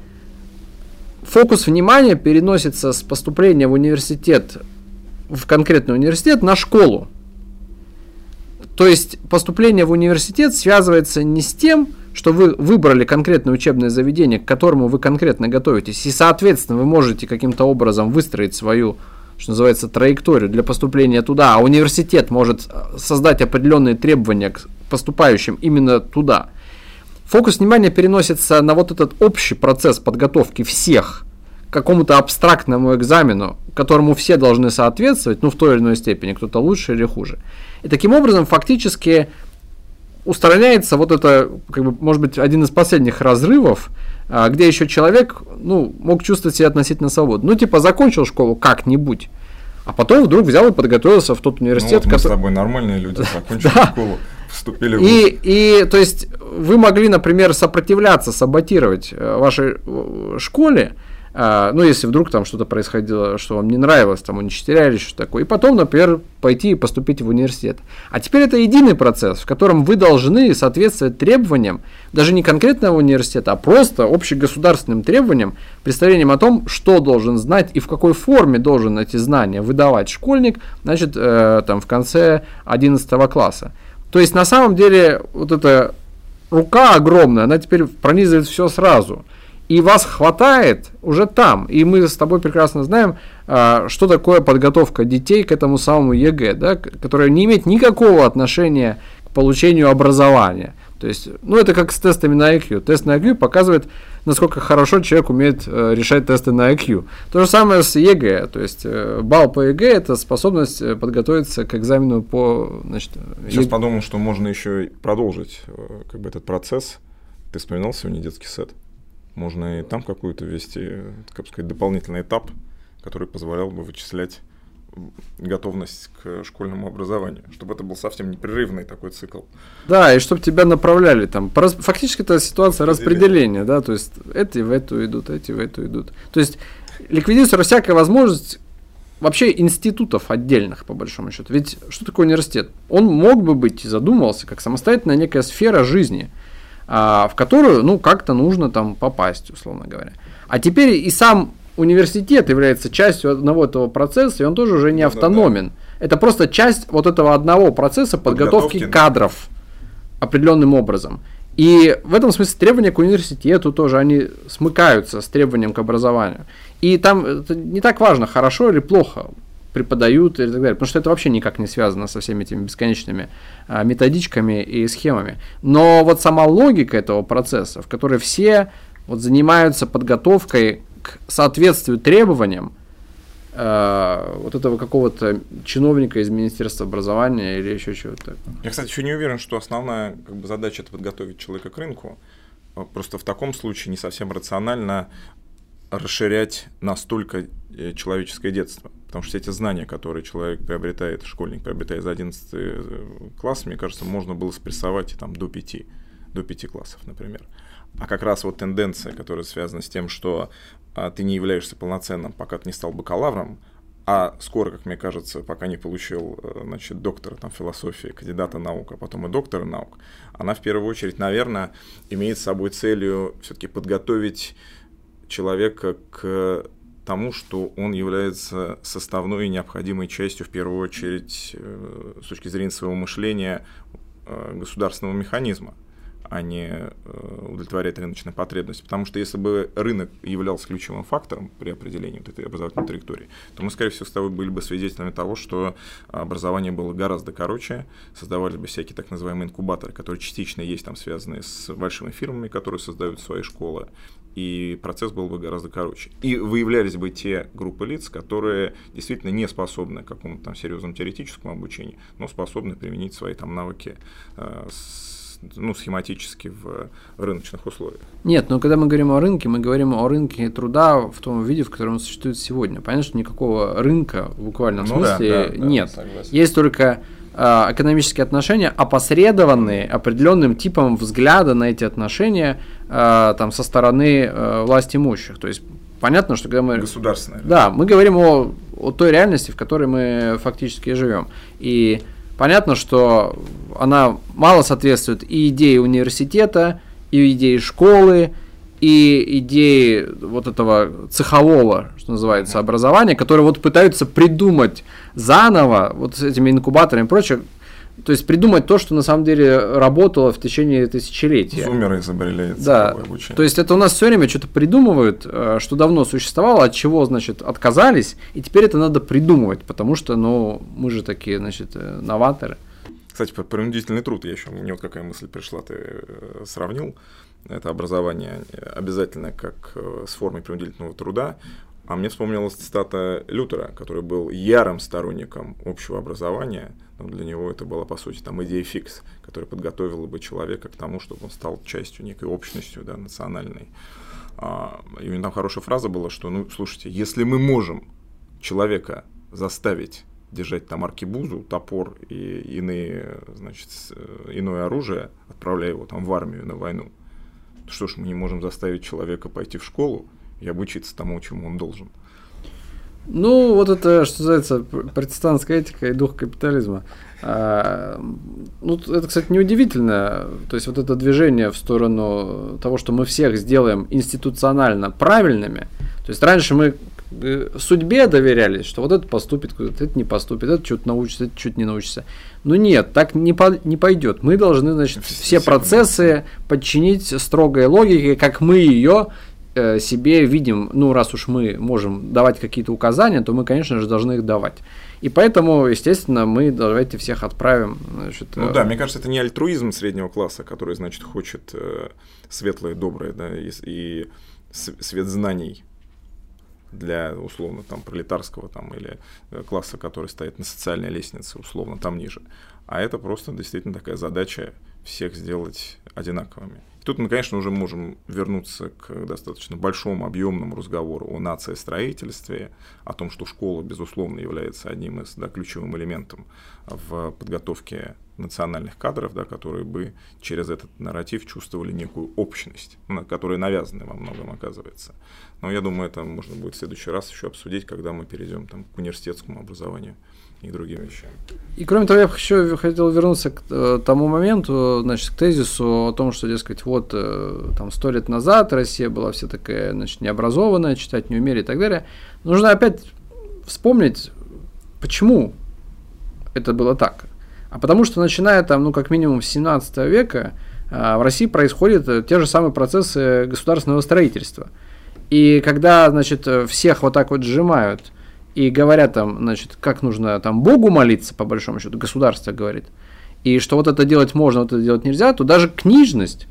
Фокус внимания переносится с поступления в университет, в конкретный университет, на школу. То есть поступление в университет связывается не с тем, что вы выбрали конкретное учебное заведение, к которому вы конкретно готовитесь, и, соответственно, вы можете каким-то образом выстроить свою, что называется, траекторию для поступления туда, а университет может создать определенные требования к поступающим именно туда. Фокус внимания переносится на вот этот общий процесс подготовки всех к какому-то абстрактному экзамену, которому все должны соответствовать, ну, в той или иной степени, кто-то лучше или хуже. И таким образом фактически устраняется вот это, как бы, может быть, один из последних разрывов, где еще человек, ну, мог чувствовать себя относительно свободно. Ну, типа, закончил школу как-нибудь, а потом вдруг взял и подготовился в тот университет. Ну, вот мы который... с тобой нормальные люди, закончили да. школу, вступили в... И, и, то есть, вы могли, например, сопротивляться, саботировать вашей школе, А, ну, если вдруг там что-то происходило, что вам не нравилось, там уничтожали, что такое. И потом, например, пойти и поступить в университет. А теперь это единый процесс, в котором вы должны соответствовать требованиям, даже не конкретного университета, а просто общегосударственным требованиям, представлениям о том, что должен знать и в какой форме должен эти знания выдавать школьник, значит, э, там, в конце одиннадцатого класса. То есть, на самом деле, вот эта рука огромная, она теперь пронизывает все сразу. И вас хватает уже там. И мы с тобой прекрасно знаем, что такое подготовка детей к этому самому ЕГЭ, да, которая не имеет никакого отношения к получению образования. То есть, ну, это как с тестами на ай кью. Тест на ай кью показывает, насколько хорошо человек умеет решать тесты на ай кью. То же самое с ЕГЭ. То есть, балл по ЕГЭ – это способность подготовиться к экзамену по… Значит, Сейчас ЕГЭ. Подумал, что можно еще продолжить как бы, этот процесс. Ты вспоминал сегодня детский сад? Можно и там какую-то ввести, как сказать, дополнительный этап, который позволял бы вычислять готовность к школьному образованию, чтобы это был совсем непрерывный такой цикл. Да, и чтобы тебя направляли там. Фактически это ситуация распределения, да, то есть эти в эту идут, эти в эту идут. То есть ликвидируется всякая возможность вообще институтов отдельных, по большому счету. Ведь что такое университет? Он мог бы быть и задумывался как самостоятельная некая сфера жизни, в которую, ну, как-то нужно там попасть, условно говоря. А теперь и сам университет является частью одного этого процесса, и он тоже уже не автономен. Да, да. Это просто часть вот этого одного процесса подготовки, подготовки кадров определенным образом. И в этом смысле требования к университету тоже, они смыкаются с требованием к образованию. И там это не так важно, хорошо или плохо преподают и так далее, потому что это вообще никак не связано со всеми этими бесконечными а, методичками и схемами. Но вот сама логика этого процесса, в которой все вот занимаются подготовкой к соответствию требованиям э, вот этого какого-то чиновника из Министерства образования или еще чего-то. Я, кстати, еще не уверен, что основная как бы, задача – это подготовить человека к рынку. Просто в таком случае не совсем рационально расширять настолько человеческое детство. Потому что эти знания, которые человек приобретает, школьник приобретает за одиннадцатый класс, мне кажется, можно было спрессовать там, до пяти, до пяти классов, например. А как раз вот тенденция, которая связана с тем, что а, ты не являешься полноценным, пока ты не стал бакалавром, а скоро, как мне кажется, пока не получил значит, доктора там, философии, кандидата наук, а потом и доктора наук, она в первую очередь, наверное, имеет с собой целью все-таки подготовить человека к тому, что он является составной и необходимой частью, в первую очередь, с точки зрения своего мышления, государственного механизма, а не удовлетворять рыночные потребности. Потому что если бы рынок являлся ключевым фактором при определении вот этой образовательной траектории, то мы, скорее всего, с тобой были бы свидетелями того, что образование было гораздо короче, создавались бы всякие так называемые инкубаторы, которые частично есть там связанные с большими фирмами, которые создают свои школы, и процесс был бы гораздо короче. И выявлялись бы те группы лиц, которые действительно не способны к какому-то там серьезному теоретическому обучению, но способны применить свои там навыки э, с, ну, схематически в рыночных условиях. Нет, но когда мы говорим о рынке, мы говорим о рынке труда в том виде, в котором он существует сегодня. Понятно, что никакого рынка в буквальном ну, смысле да, да, нет. Да, есть только экономические отношения, опосредованные определенным типом взгляда на эти отношения э, там, со стороны э, власть имущих. То есть понятно, что когда мы… Государственная. Да, мы говорим о, о той реальности, в которой мы фактически живем. И понятно, что она мало соответствует и идее университета, и идее школы, и идеи вот этого цехового, что называется, образования, которые вот пытаются придумать заново, вот с этими инкубаторами и прочее, то есть придумать то, что на самом деле работало в течение тысячелетия. Зумеры изобрели да. обучение. То есть это у нас все время что-то придумывают, что давно существовало, от чего, значит, отказались, и теперь это надо придумывать, потому что, ну, мы же такие, значит, новаторы. Кстати, про принудительный труд я еще, мне вот какая мысль пришла, ты сравнил это образование обязательно как с формой принудительного труда, а мне вспомнилась цитата Лютера, который был ярым сторонником общего образования, но для него это была, по сути, там идея фикс, которая подготовила бы человека к тому, чтобы он стал частью некой общностью, да, национальной. И у него там хорошая фраза была, что, ну, слушайте, если мы можем человека заставить держать там аркебузу, топор и иные, значит, иное оружие, отправляя его там в армию на войну, что ж, мы не можем заставить человека пойти в школу и обучиться тому, чему он должен. Ну, вот это, что называется, протестантская этика и дух капитализма. А, ну, это, кстати, неудивительно. То есть, вот это движение в сторону того, что мы всех сделаем институционально правильными. То есть, раньше мы судьбе доверялись, что вот это поступит, это не поступит, это что-то научится, это что-то не научится. Но нет, так не, по, не пойдет. Мы должны, значит, все процессы подчинить строгой логике, как мы ее э, себе видим. Ну, раз уж мы можем давать какие-то указания, то мы, конечно же, должны их давать. И поэтому, естественно, мы давайте всех отправим. Значит, ну да, мне кажется, это не альтруизм среднего класса, который, значит, хочет э, светлое, доброе, да, и, и свет знаний для, условно, там, пролетарского там, или класса, который стоит на социальной лестнице, условно, там ниже. А это просто действительно такая задача всех сделать одинаковыми. И тут мы, конечно, уже можем вернуться к достаточно большому, объемному разговору о нациостроительстве, о том, что школа, безусловно, является одним из, да, ключевым элементом в подготовке национальных кадров, да, которые бы через этот нарратив чувствовали некую общность, которая навязана во многом оказывается. Но я думаю, это можно будет в следующий раз еще обсудить, когда мы перейдем там, к университетскому образованию и другим вещам. И кроме того, я еще хотел вернуться к э, тому моменту, значит, к тезису о том, что, дескать, вот э, там сто лет назад Россия была вся такая, значит, необразованная, читать не умели и так далее. Нужно опять вспомнить, почему это было так. А потому что, начиная там, ну, как минимум с семнадцатого века, э, в России происходят те же самые процессы государственного строительства. И когда, значит, всех вот так вот сжимают и говорят там, значит, как нужно там Богу молиться, по большому счету, государство говорит, и что вот это делать можно, вот это делать нельзя, то даже книжность,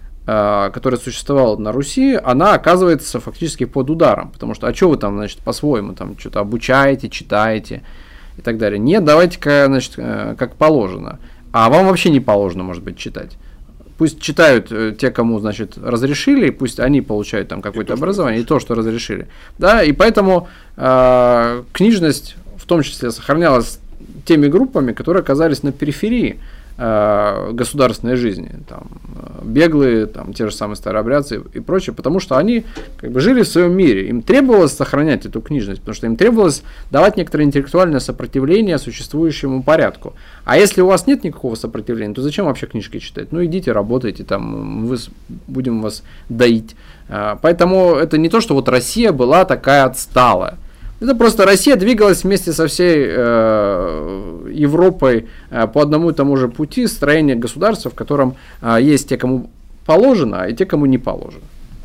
э, которая существовала на Руси, она оказывается фактически под ударом, потому что, а что вы там, значит, по-своему там что-то обучаете, читаете и так далее. Нет, давайте-ка, значит, э, как положено. А вам вообще не положено, может быть, читать. Пусть читают те, кому, значит, разрешили, пусть они получают там какое-то образование, и то, что разрешили. Да, и поэтому э, книжность в том числе сохранялась теми группами, которые оказались на периферии э, государственной жизни. Там, беглые, там, те же самые старообрядцы и прочее, потому что они как бы жили в своем мире. Им требовалось сохранять эту книжность, потому что им требовалось давать некоторое интеллектуальное сопротивление существующему порядку. А если у вас нет никакого сопротивления, то зачем вообще книжки читать? Ну, идите, работайте, там, мы будем вас доить. Поэтому это не то, что вот Россия была такая отсталая. Это просто Россия двигалась вместе со всей э, Европой э, по одному и тому же пути строения государства, в котором э, есть те, кому положено, и те, кому не положено.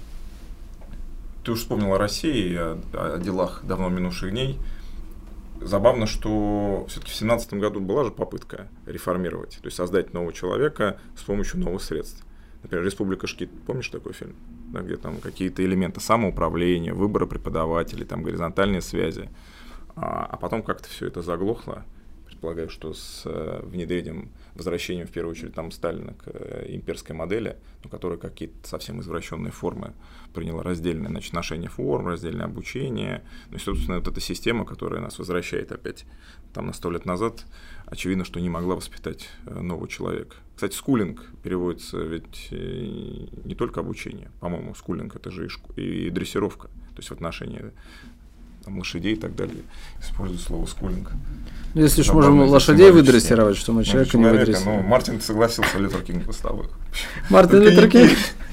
Ты уж вспомнил о России и о, о делах давно минувших дней. Забавно, что все-таки в семнадцатом году была же попытка реформировать, то есть создать нового человека с помощью новых средств. Например, «Республика Шкит». Помнишь такой фильм? Да, где там какие-то элементы самоуправления, выбора преподавателей, там горизонтальные связи. А, а потом как-то все это заглохло. Предполагаю, что с э, внедрением, возвращением в первую очередь там Сталина к э, имперской модели, ну, которая какие-то совсем извращенные формы приняла, раздельное, значит, ношение форм, раздельное обучение. Ну и, собственно, вот эта система, которая нас возвращает опять там на сто лет назад, очевидно, что не могла воспитать э, нового человека. Кстати, скулинг переводится ведь не только обучение, по-моему, скулинг это же и, шку- и дрессировка, то есть в отношении там, лошадей и так далее, используют слово скулинг. Если уж можем лошадей выдрессировать, что мы человека, человека не выдрессируем. Ну, Мартин согласился, Лютер Кинг поставил. Мартин Лютер Кинг.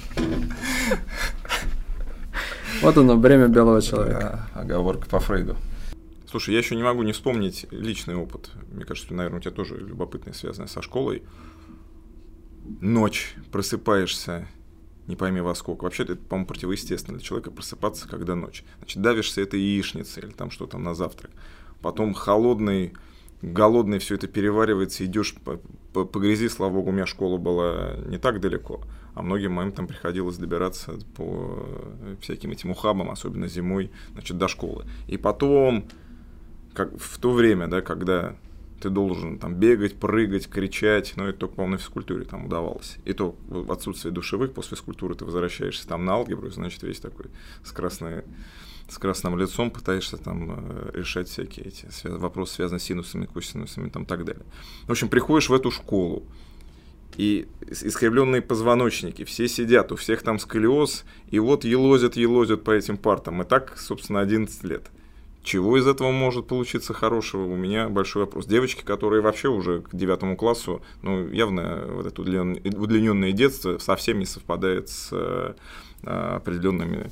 Вот оно, бремя белого человека. Оговорка по Фрейду. Слушай, я еще не могу не вспомнить личный опыт. Мне кажется, наверное, у тебя тоже любопытное, связанное со школой. Ночь, просыпаешься, не пойми во сколько. Вообще-то это, по-моему, противоестественно для человека просыпаться, когда ночь. Значит, давишься этой яичницей или там что там на завтрак. Потом холодный, голодный, все это переваривается, идешь по, по, по грязи. Слава богу, у меня школа была не так далеко, а многим моим там приходилось добираться по всяким этим ухабам, особенно зимой, значит, до школы. И потом, как в то время, да, когда ты должен там бегать, прыгать, кричать, но это только, по-моему, на физкультуре там удавалось. И то в отсутствие душевых, после физкультуры ты возвращаешься там на алгебру, значит, весь такой с, красной, с красным лицом пытаешься там решать всякие эти вопросы, связанные с синусами, косинусами и так далее. В общем, приходишь в эту школу, и искривленные позвоночники, все сидят, у всех там сколиоз, и вот елозят, елозят по этим партам. И так, собственно, одиннадцать лет. Чего из этого может получиться хорошего? У меня большой вопрос. Девочки, которые вообще уже к девятому классу, ну, явно вот это удлиненное детство совсем не совпадает с э, определенными,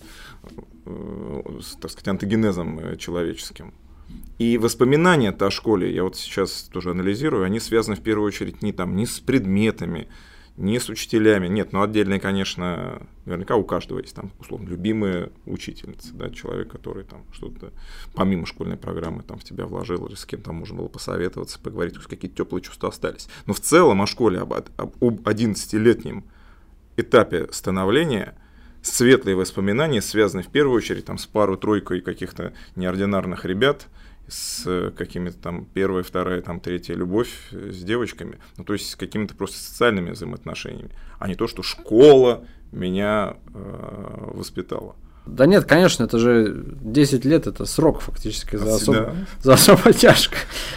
э, так сказать, антогенезом человеческим. И воспоминания-то о школе, я вот сейчас тоже анализирую, они связаны в первую очередь не, там, не с предметами, не с учителями. Нет, ну отдельные, конечно, наверняка у каждого есть там, условно, любимые учительницы, да, человек, который там что-то помимо школьной программы там в тебя вложил, или с кем там можно было посоветоваться, поговорить, какие-то теплые чувства остались. Но в целом о школе, об, об одиннадцатилетнем этапе становления светлые воспоминания связаны в первую очередь там, с парой-тройкой каких-то неординарных ребят, с какими-то там первая, вторая, там третья любовь с девочками, ну то есть с какими-то просто социальными взаимоотношениями, а не то, что школа меня э, воспитала. Да нет, конечно, это же десять лет, это срок фактически за особо, за особо тяжко.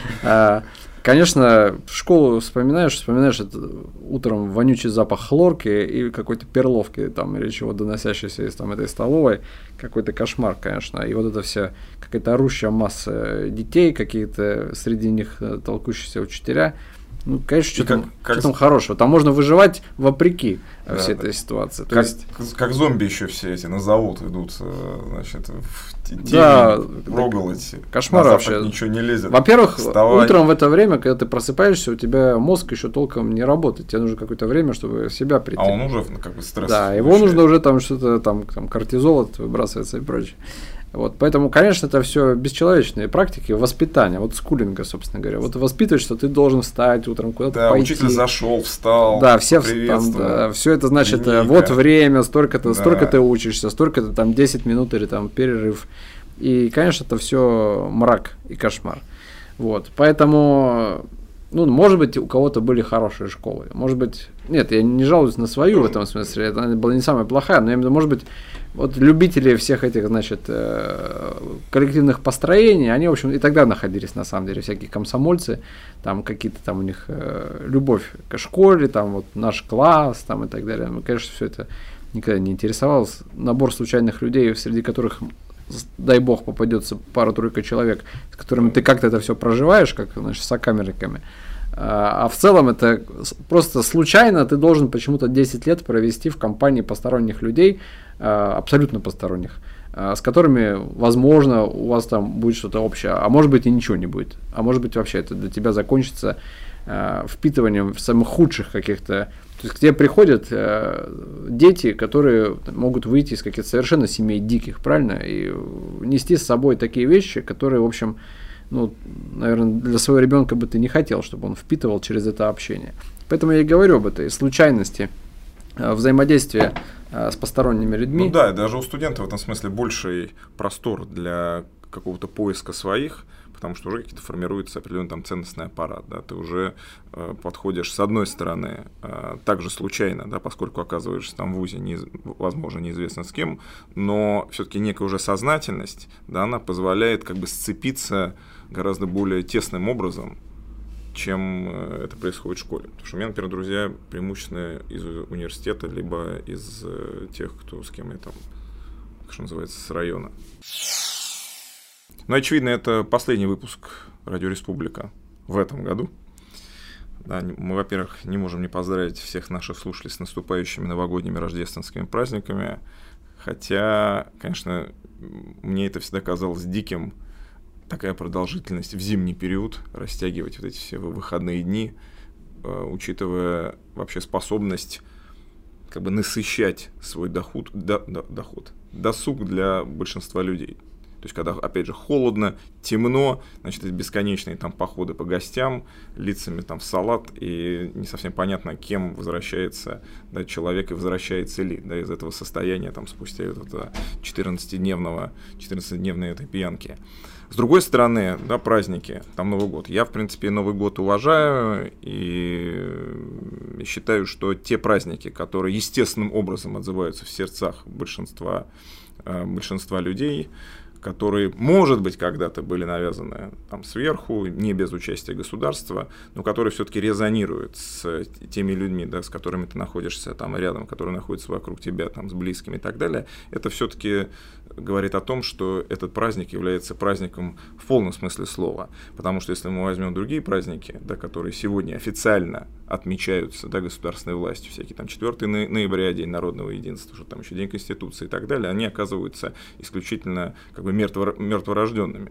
Конечно, школу вспоминаешь, вспоминаешь это утром вонючий запах хлорки и какой-то перловки там, или чего доносящейся из там, этой столовой, какой-то кошмар, конечно. И вот эта вся какая-то орущая масса детей, какие-то среди них толкущиеся учителя. Ну, конечно, что, как, там, как... что там хорошего. Там можно выживать вопреки да, всей да. этой ситуации. То как, есть... как зомби еще все эти на завод идут, значит, в тень, да, проголодь. Кошмар вообще. Ничего не лезет. Во-первых, вставай. Утром в это время, когда ты просыпаешься, у тебя мозг еще толком не работает. Тебе нужно какое-то время, чтобы в себя прийти. А он уже как бы стресс. Да, его нужно уже там что-то там, там кортизол выбрасывается и прочее. Вот, поэтому, конечно, это все бесчеловечные практики воспитания, вот скулинга, собственно говоря. Вот воспитывать, что ты должен встать утром куда-то да, пойти. Учитель зашел, встал. Да, все там, да, все это значит, Линейка. Вот время, столько-то, да. столько ты учишься, столько-то там десять минут или там перерыв. И, конечно, это все мрак и кошмар. Вот, поэтому, ну, может быть, у кого-то были хорошие школы. Может быть, нет, я не жалуюсь на свою в этом смысле, это была не самая плохая, но я имею в виду, может быть, вот любители всех этих, значит, коллективных построений, они, в общем, и тогда находились, на самом деле, всякие комсомольцы, там какие-то там у них любовь к школе, там вот наш класс, там и так далее. Ну, конечно, все это никогда не интересовало. Набор случайных людей, среди которых, дай бог, попадется пара-тройка человек, с которыми ты как-то это все проживаешь, как, значит, сокамерниками. А в целом это просто случайно ты должен почему-то десять лет провести в компании посторонних людей, абсолютно посторонних, с которыми, возможно, у вас там будет что-то общее, а может быть и ничего не будет, а может быть вообще это для тебя закончится впитыванием самых худших каких-то. То есть к тебе приходят дети, которые могут выйти из каких-то совершенно семей диких, правильно, и нести с собой такие вещи, которые, в общем, ну, наверное, для своего ребенка бы ты не хотел, чтобы он впитывал через это общение. Поэтому я и говорю об этой случайности взаимодействия с посторонними людьми. Ну да, даже у студента в этом смысле больший простор для какого-то поиска своих, потому что уже какие-то формируется определенный там ценностный аппарат, да, ты уже э, подходишь с одной стороны э, также случайно, да, поскольку оказываешься там в вузе, не, возможно, неизвестно с кем, но все-таки некая уже сознательность, да, она позволяет как бы сцепиться гораздо более тесным образом, чем э, это происходит в школе. Потому что у меня, например, друзья преимущественно из университета, либо из э, тех, кто с кем я там, как что называется, с района. Ну, очевидно, это последний выпуск «Радио Республика» в этом году. Да, мы, во-первых, не можем не поздравить всех наших слушателей с наступающими новогодними рождественскими праздниками. Хотя, конечно, мне это всегда казалось диким, такая продолжительность в зимний период, растягивать вот эти все выходные дни, учитывая вообще способность как бы насыщать свой доход, до, до, доход, досуг для большинства людей. То есть, когда, опять же, холодно, темно, значит, это бесконечные там походы по гостям, лицами там в салат, и не совсем понятно, кем возвращается, да, человек и возвращается ли, да, из этого состояния там спустя вот это четырнадцатидневного, четырнадцатидневной этой пьянки. С другой стороны, да, праздники, там Новый год. Я, в принципе, Новый год уважаю и считаю, что те праздники, которые естественным образом отзываются в сердцах большинства, большинства людей, которые, может быть, когда-то были навязаны там сверху, не без участия государства, но которые все-таки резонируют с теми людьми, да, с которыми ты находишься там рядом, которые находятся вокруг тебя, там, с близкими и так далее, это все-таки говорит о том, что этот праздник является праздником в полном смысле слова. Потому что если мы возьмем другие праздники, да, которые сегодня официально отмечаются, да, государственной властью, всякие там четвёртого ноября, День народного единства, что там еще День Конституции и так далее, они оказываются исключительно как бы мертво, мертворожденными.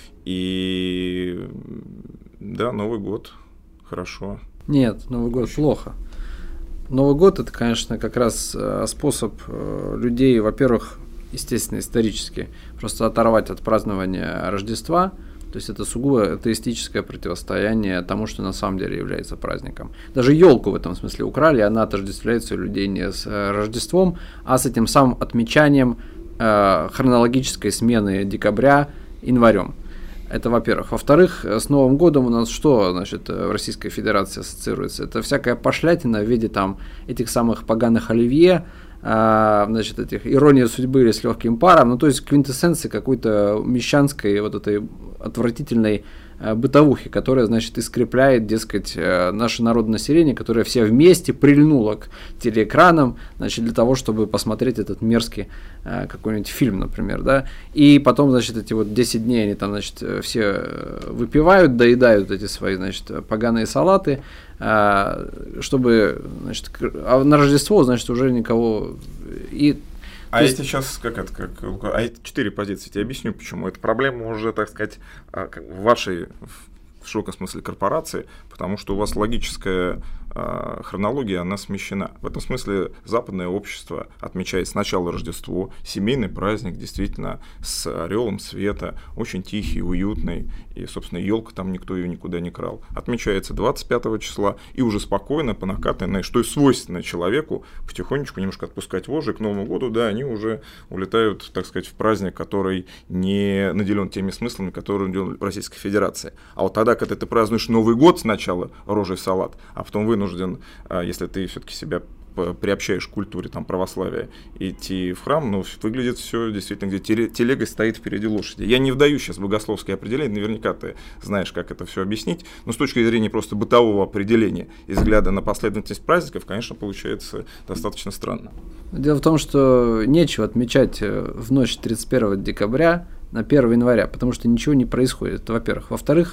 И да, Новый год хорошо. Нет, Новый год плохо. Новый год это, конечно, как раз способ людей, во-первых, естественно, исторически, просто оторвать от празднования Рождества. То есть это сугубо атеистическое противостояние тому, что на самом деле является праздником. Даже елку в этом смысле украли, она отождествляется у людей не с Рождеством, а с этим самым отмечанием э, хронологической смены декабря январем. Это, во-первых. Во-вторых, с Новым годом у нас что, значит, в Российской Федерации ассоциируется? Это всякая пошлятина в виде там этих самых поганых оливье, а, значит, этих ирония судьбы или с легким паром, ну, то есть квинтэссенции какой-то мещанской вот этой отвратительной а, бытовухи, которая, значит, искрепляет, дескать, а, наше народное население, которое все вместе прильнуло к телеэкранам, значит, для того, чтобы посмотреть этот мерзкий а, какой-нибудь фильм, например, да, и потом, значит, эти вот десять дней они там, значит, все выпивают, доедают эти свои, значит, поганые салаты, чтобы, значит, а на Рождество, значит, уже никого. И, а есть... эти сейчас, как это, как, а эти четыре позиции, я объясню, почему. Эта проблема уже, так сказать, в вашей, в широком смысле, корпорации, потому что у вас логическая хронология, она смещена. В этом смысле западное общество отмечает сначала Рождество, семейный праздник, действительно, с орелом света, очень тихий, уютный, и, собственно, елка там никто ее никуда не крал. Отмечается двадцать пятого числа, и уже спокойно, по накатанной, что и свойственно человеку, потихонечку немножко отпускать вожжи к Новому году, да, они уже улетают, так сказать, в праздник, который не наделен теми смыслами, которые наделен в Российской Федерации. А вот тогда, когда ты празднуешь Новый год сначала, рожей салат, а потом вы вынужден, если ты все-таки себя приобщаешь к культуре там, православия, идти в храм, но выглядит все действительно, где телега стоит впереди лошади. Я не вдаю сейчас в богословское определение, наверняка ты знаешь, как это все объяснить, но с точки зрения просто бытового определения и взгляда на последовательность праздников, конечно, получается достаточно странно. Дело в том, что нечего отмечать в ночь тридцать первого декабря на первого января, потому что ничего не происходит, во-первых. Во-вторых,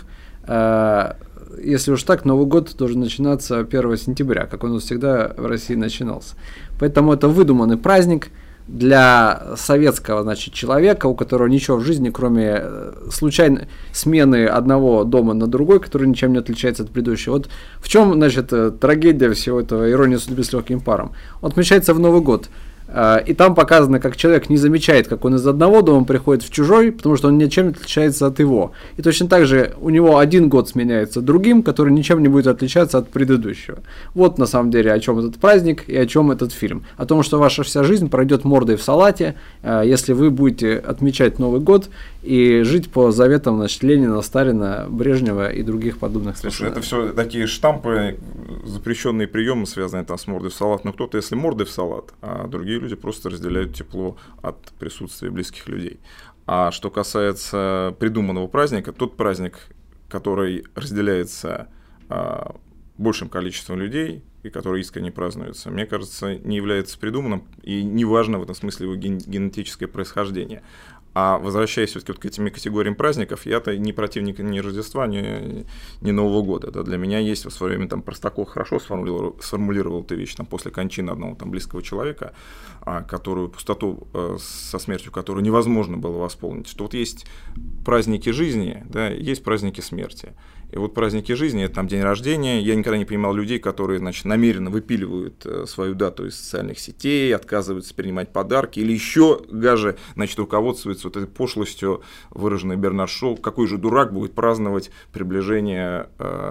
если уж так, Новый год должен начинаться первого сентября, как он всегда в России начинался. Поэтому это выдуманный праздник для советского, значит, человека, у которого ничего в жизни, кроме случайной смены одного дома на другой, который ничем не отличается от предыдущего. Вот в чем, значит, трагедия всего этого, ирония судьбы с легким паром. Он отмечается в Новый год. И там показано, как человек не замечает, как он из одного дома приходит в чужой, потому что он ничем не отличается от его. И точно так же у него один год сменяется другим, который ничем не будет отличаться от предыдущего. Вот на самом деле о чем этот праздник и о чем этот фильм. О том, что ваша вся жизнь пройдет мордой в салате, если вы будете отмечать Новый год и жить по заветам, значит, Ленина, Сталина, Брежнева и других подобных. Слушай, это все такие штампы, запрещенные приемы, связанные там с мордой в салат. Но кто-то, если мордой в салат, а другие люди просто разделяют тепло от присутствия близких людей. А что касается придуманного праздника, тот праздник, который разделяется а, большим количеством людей и который искренне празднуется, мне кажется, не является придуманным и не важно в этом смысле его ген- генетическое происхождение. А возвращаясь все-таки вот к этим категориям праздников, я-то не противник ни Рождества, ни, ни Нового года. Да. Для меня есть в свое время там Простаков хорошо сформулировал, сформулировал эту вещь там, после кончины одного там, близкого человека, а, которую пустоту а, со смертью, которую невозможно было восполнить. Что вот есть праздники жизни, да, есть праздники смерти. И вот праздники жизни, это там день рождения. Я никогда не понимал людей, которые, значит, намеренно выпиливают свою дату из социальных сетей, отказываются принимать подарки, или еще гаже, значит, руководствуются вот этой пошлостью, выраженной Бернард Шоу. Какой же дурак будет праздновать приближение,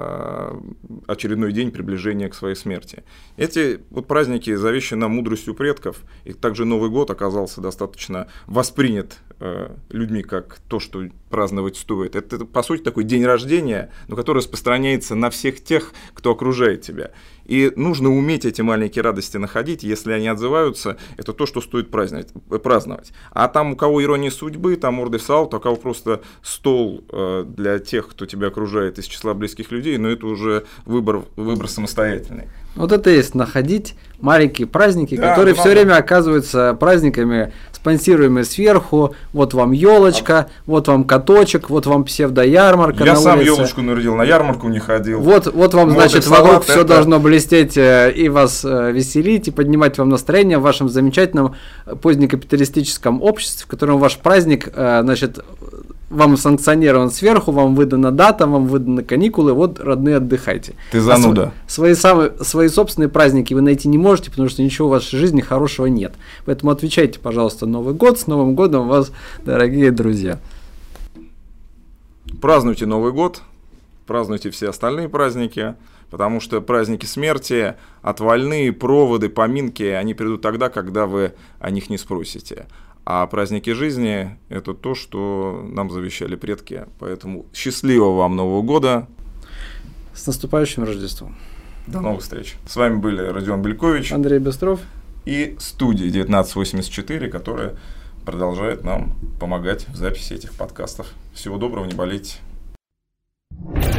очередной день приближения к своей смерти. Эти вот праздники завещаны мудростью предков, и также Новый год оказался достаточно воспринят людьми как то, что праздновать стоит. Это, по сути, такой день рождения, но который распространяется на всех тех, кто окружает тебя. И нужно уметь эти маленькие радости находить. Если они отзываются, это то, что стоит праздновать. праздновать. А там, у кого ирония судьбы, там мордой в сало, то у кого просто стол для тех, кто тебя окружает из числа близких людей, но это уже выбор, выбор самостоятельный. Вот это и есть находить маленькие праздники, да, которые все время оказываются праздниками, спонсируемые сверху. Вот вам елочка, а... вот вам каточек, вот вам псевдоярмарка. Я на сам улице. елочку нарядил, на ярмарку не ходил. Вот, вот вам, Модный значит, салат, вокруг все это... должно блестеть и вас веселить, и поднимать вам настроение в вашем замечательном позднекапиталистическом обществе, в котором ваш праздник, значит, вам санкционирован сверху, вам выдана дата, вам выданы каникулы, вот, родные, отдыхайте. Ты зануда. А свои, самые, свои собственные праздники вы найти не можете, потому что ничего в вашей жизни хорошего нет. Поэтому отвечайте, пожалуйста, Новый год. С Новым годом вас, дорогие друзья. Празднуйте Новый год, празднуйте все остальные праздники, потому что праздники смерти, отвальные, проводы, поминки, они придут тогда, когда вы о них не спросите. А праздники жизни – это то, что нам завещали предки. Поэтому счастливого вам Нового года. С наступающим Рождеством. До новых встреч. С вами были Родион Белькович, Андрей Быстров и студия девятнадцать восемьдесят четыре, которая продолжает нам помогать в записи этих подкастов. Всего доброго, не болейте.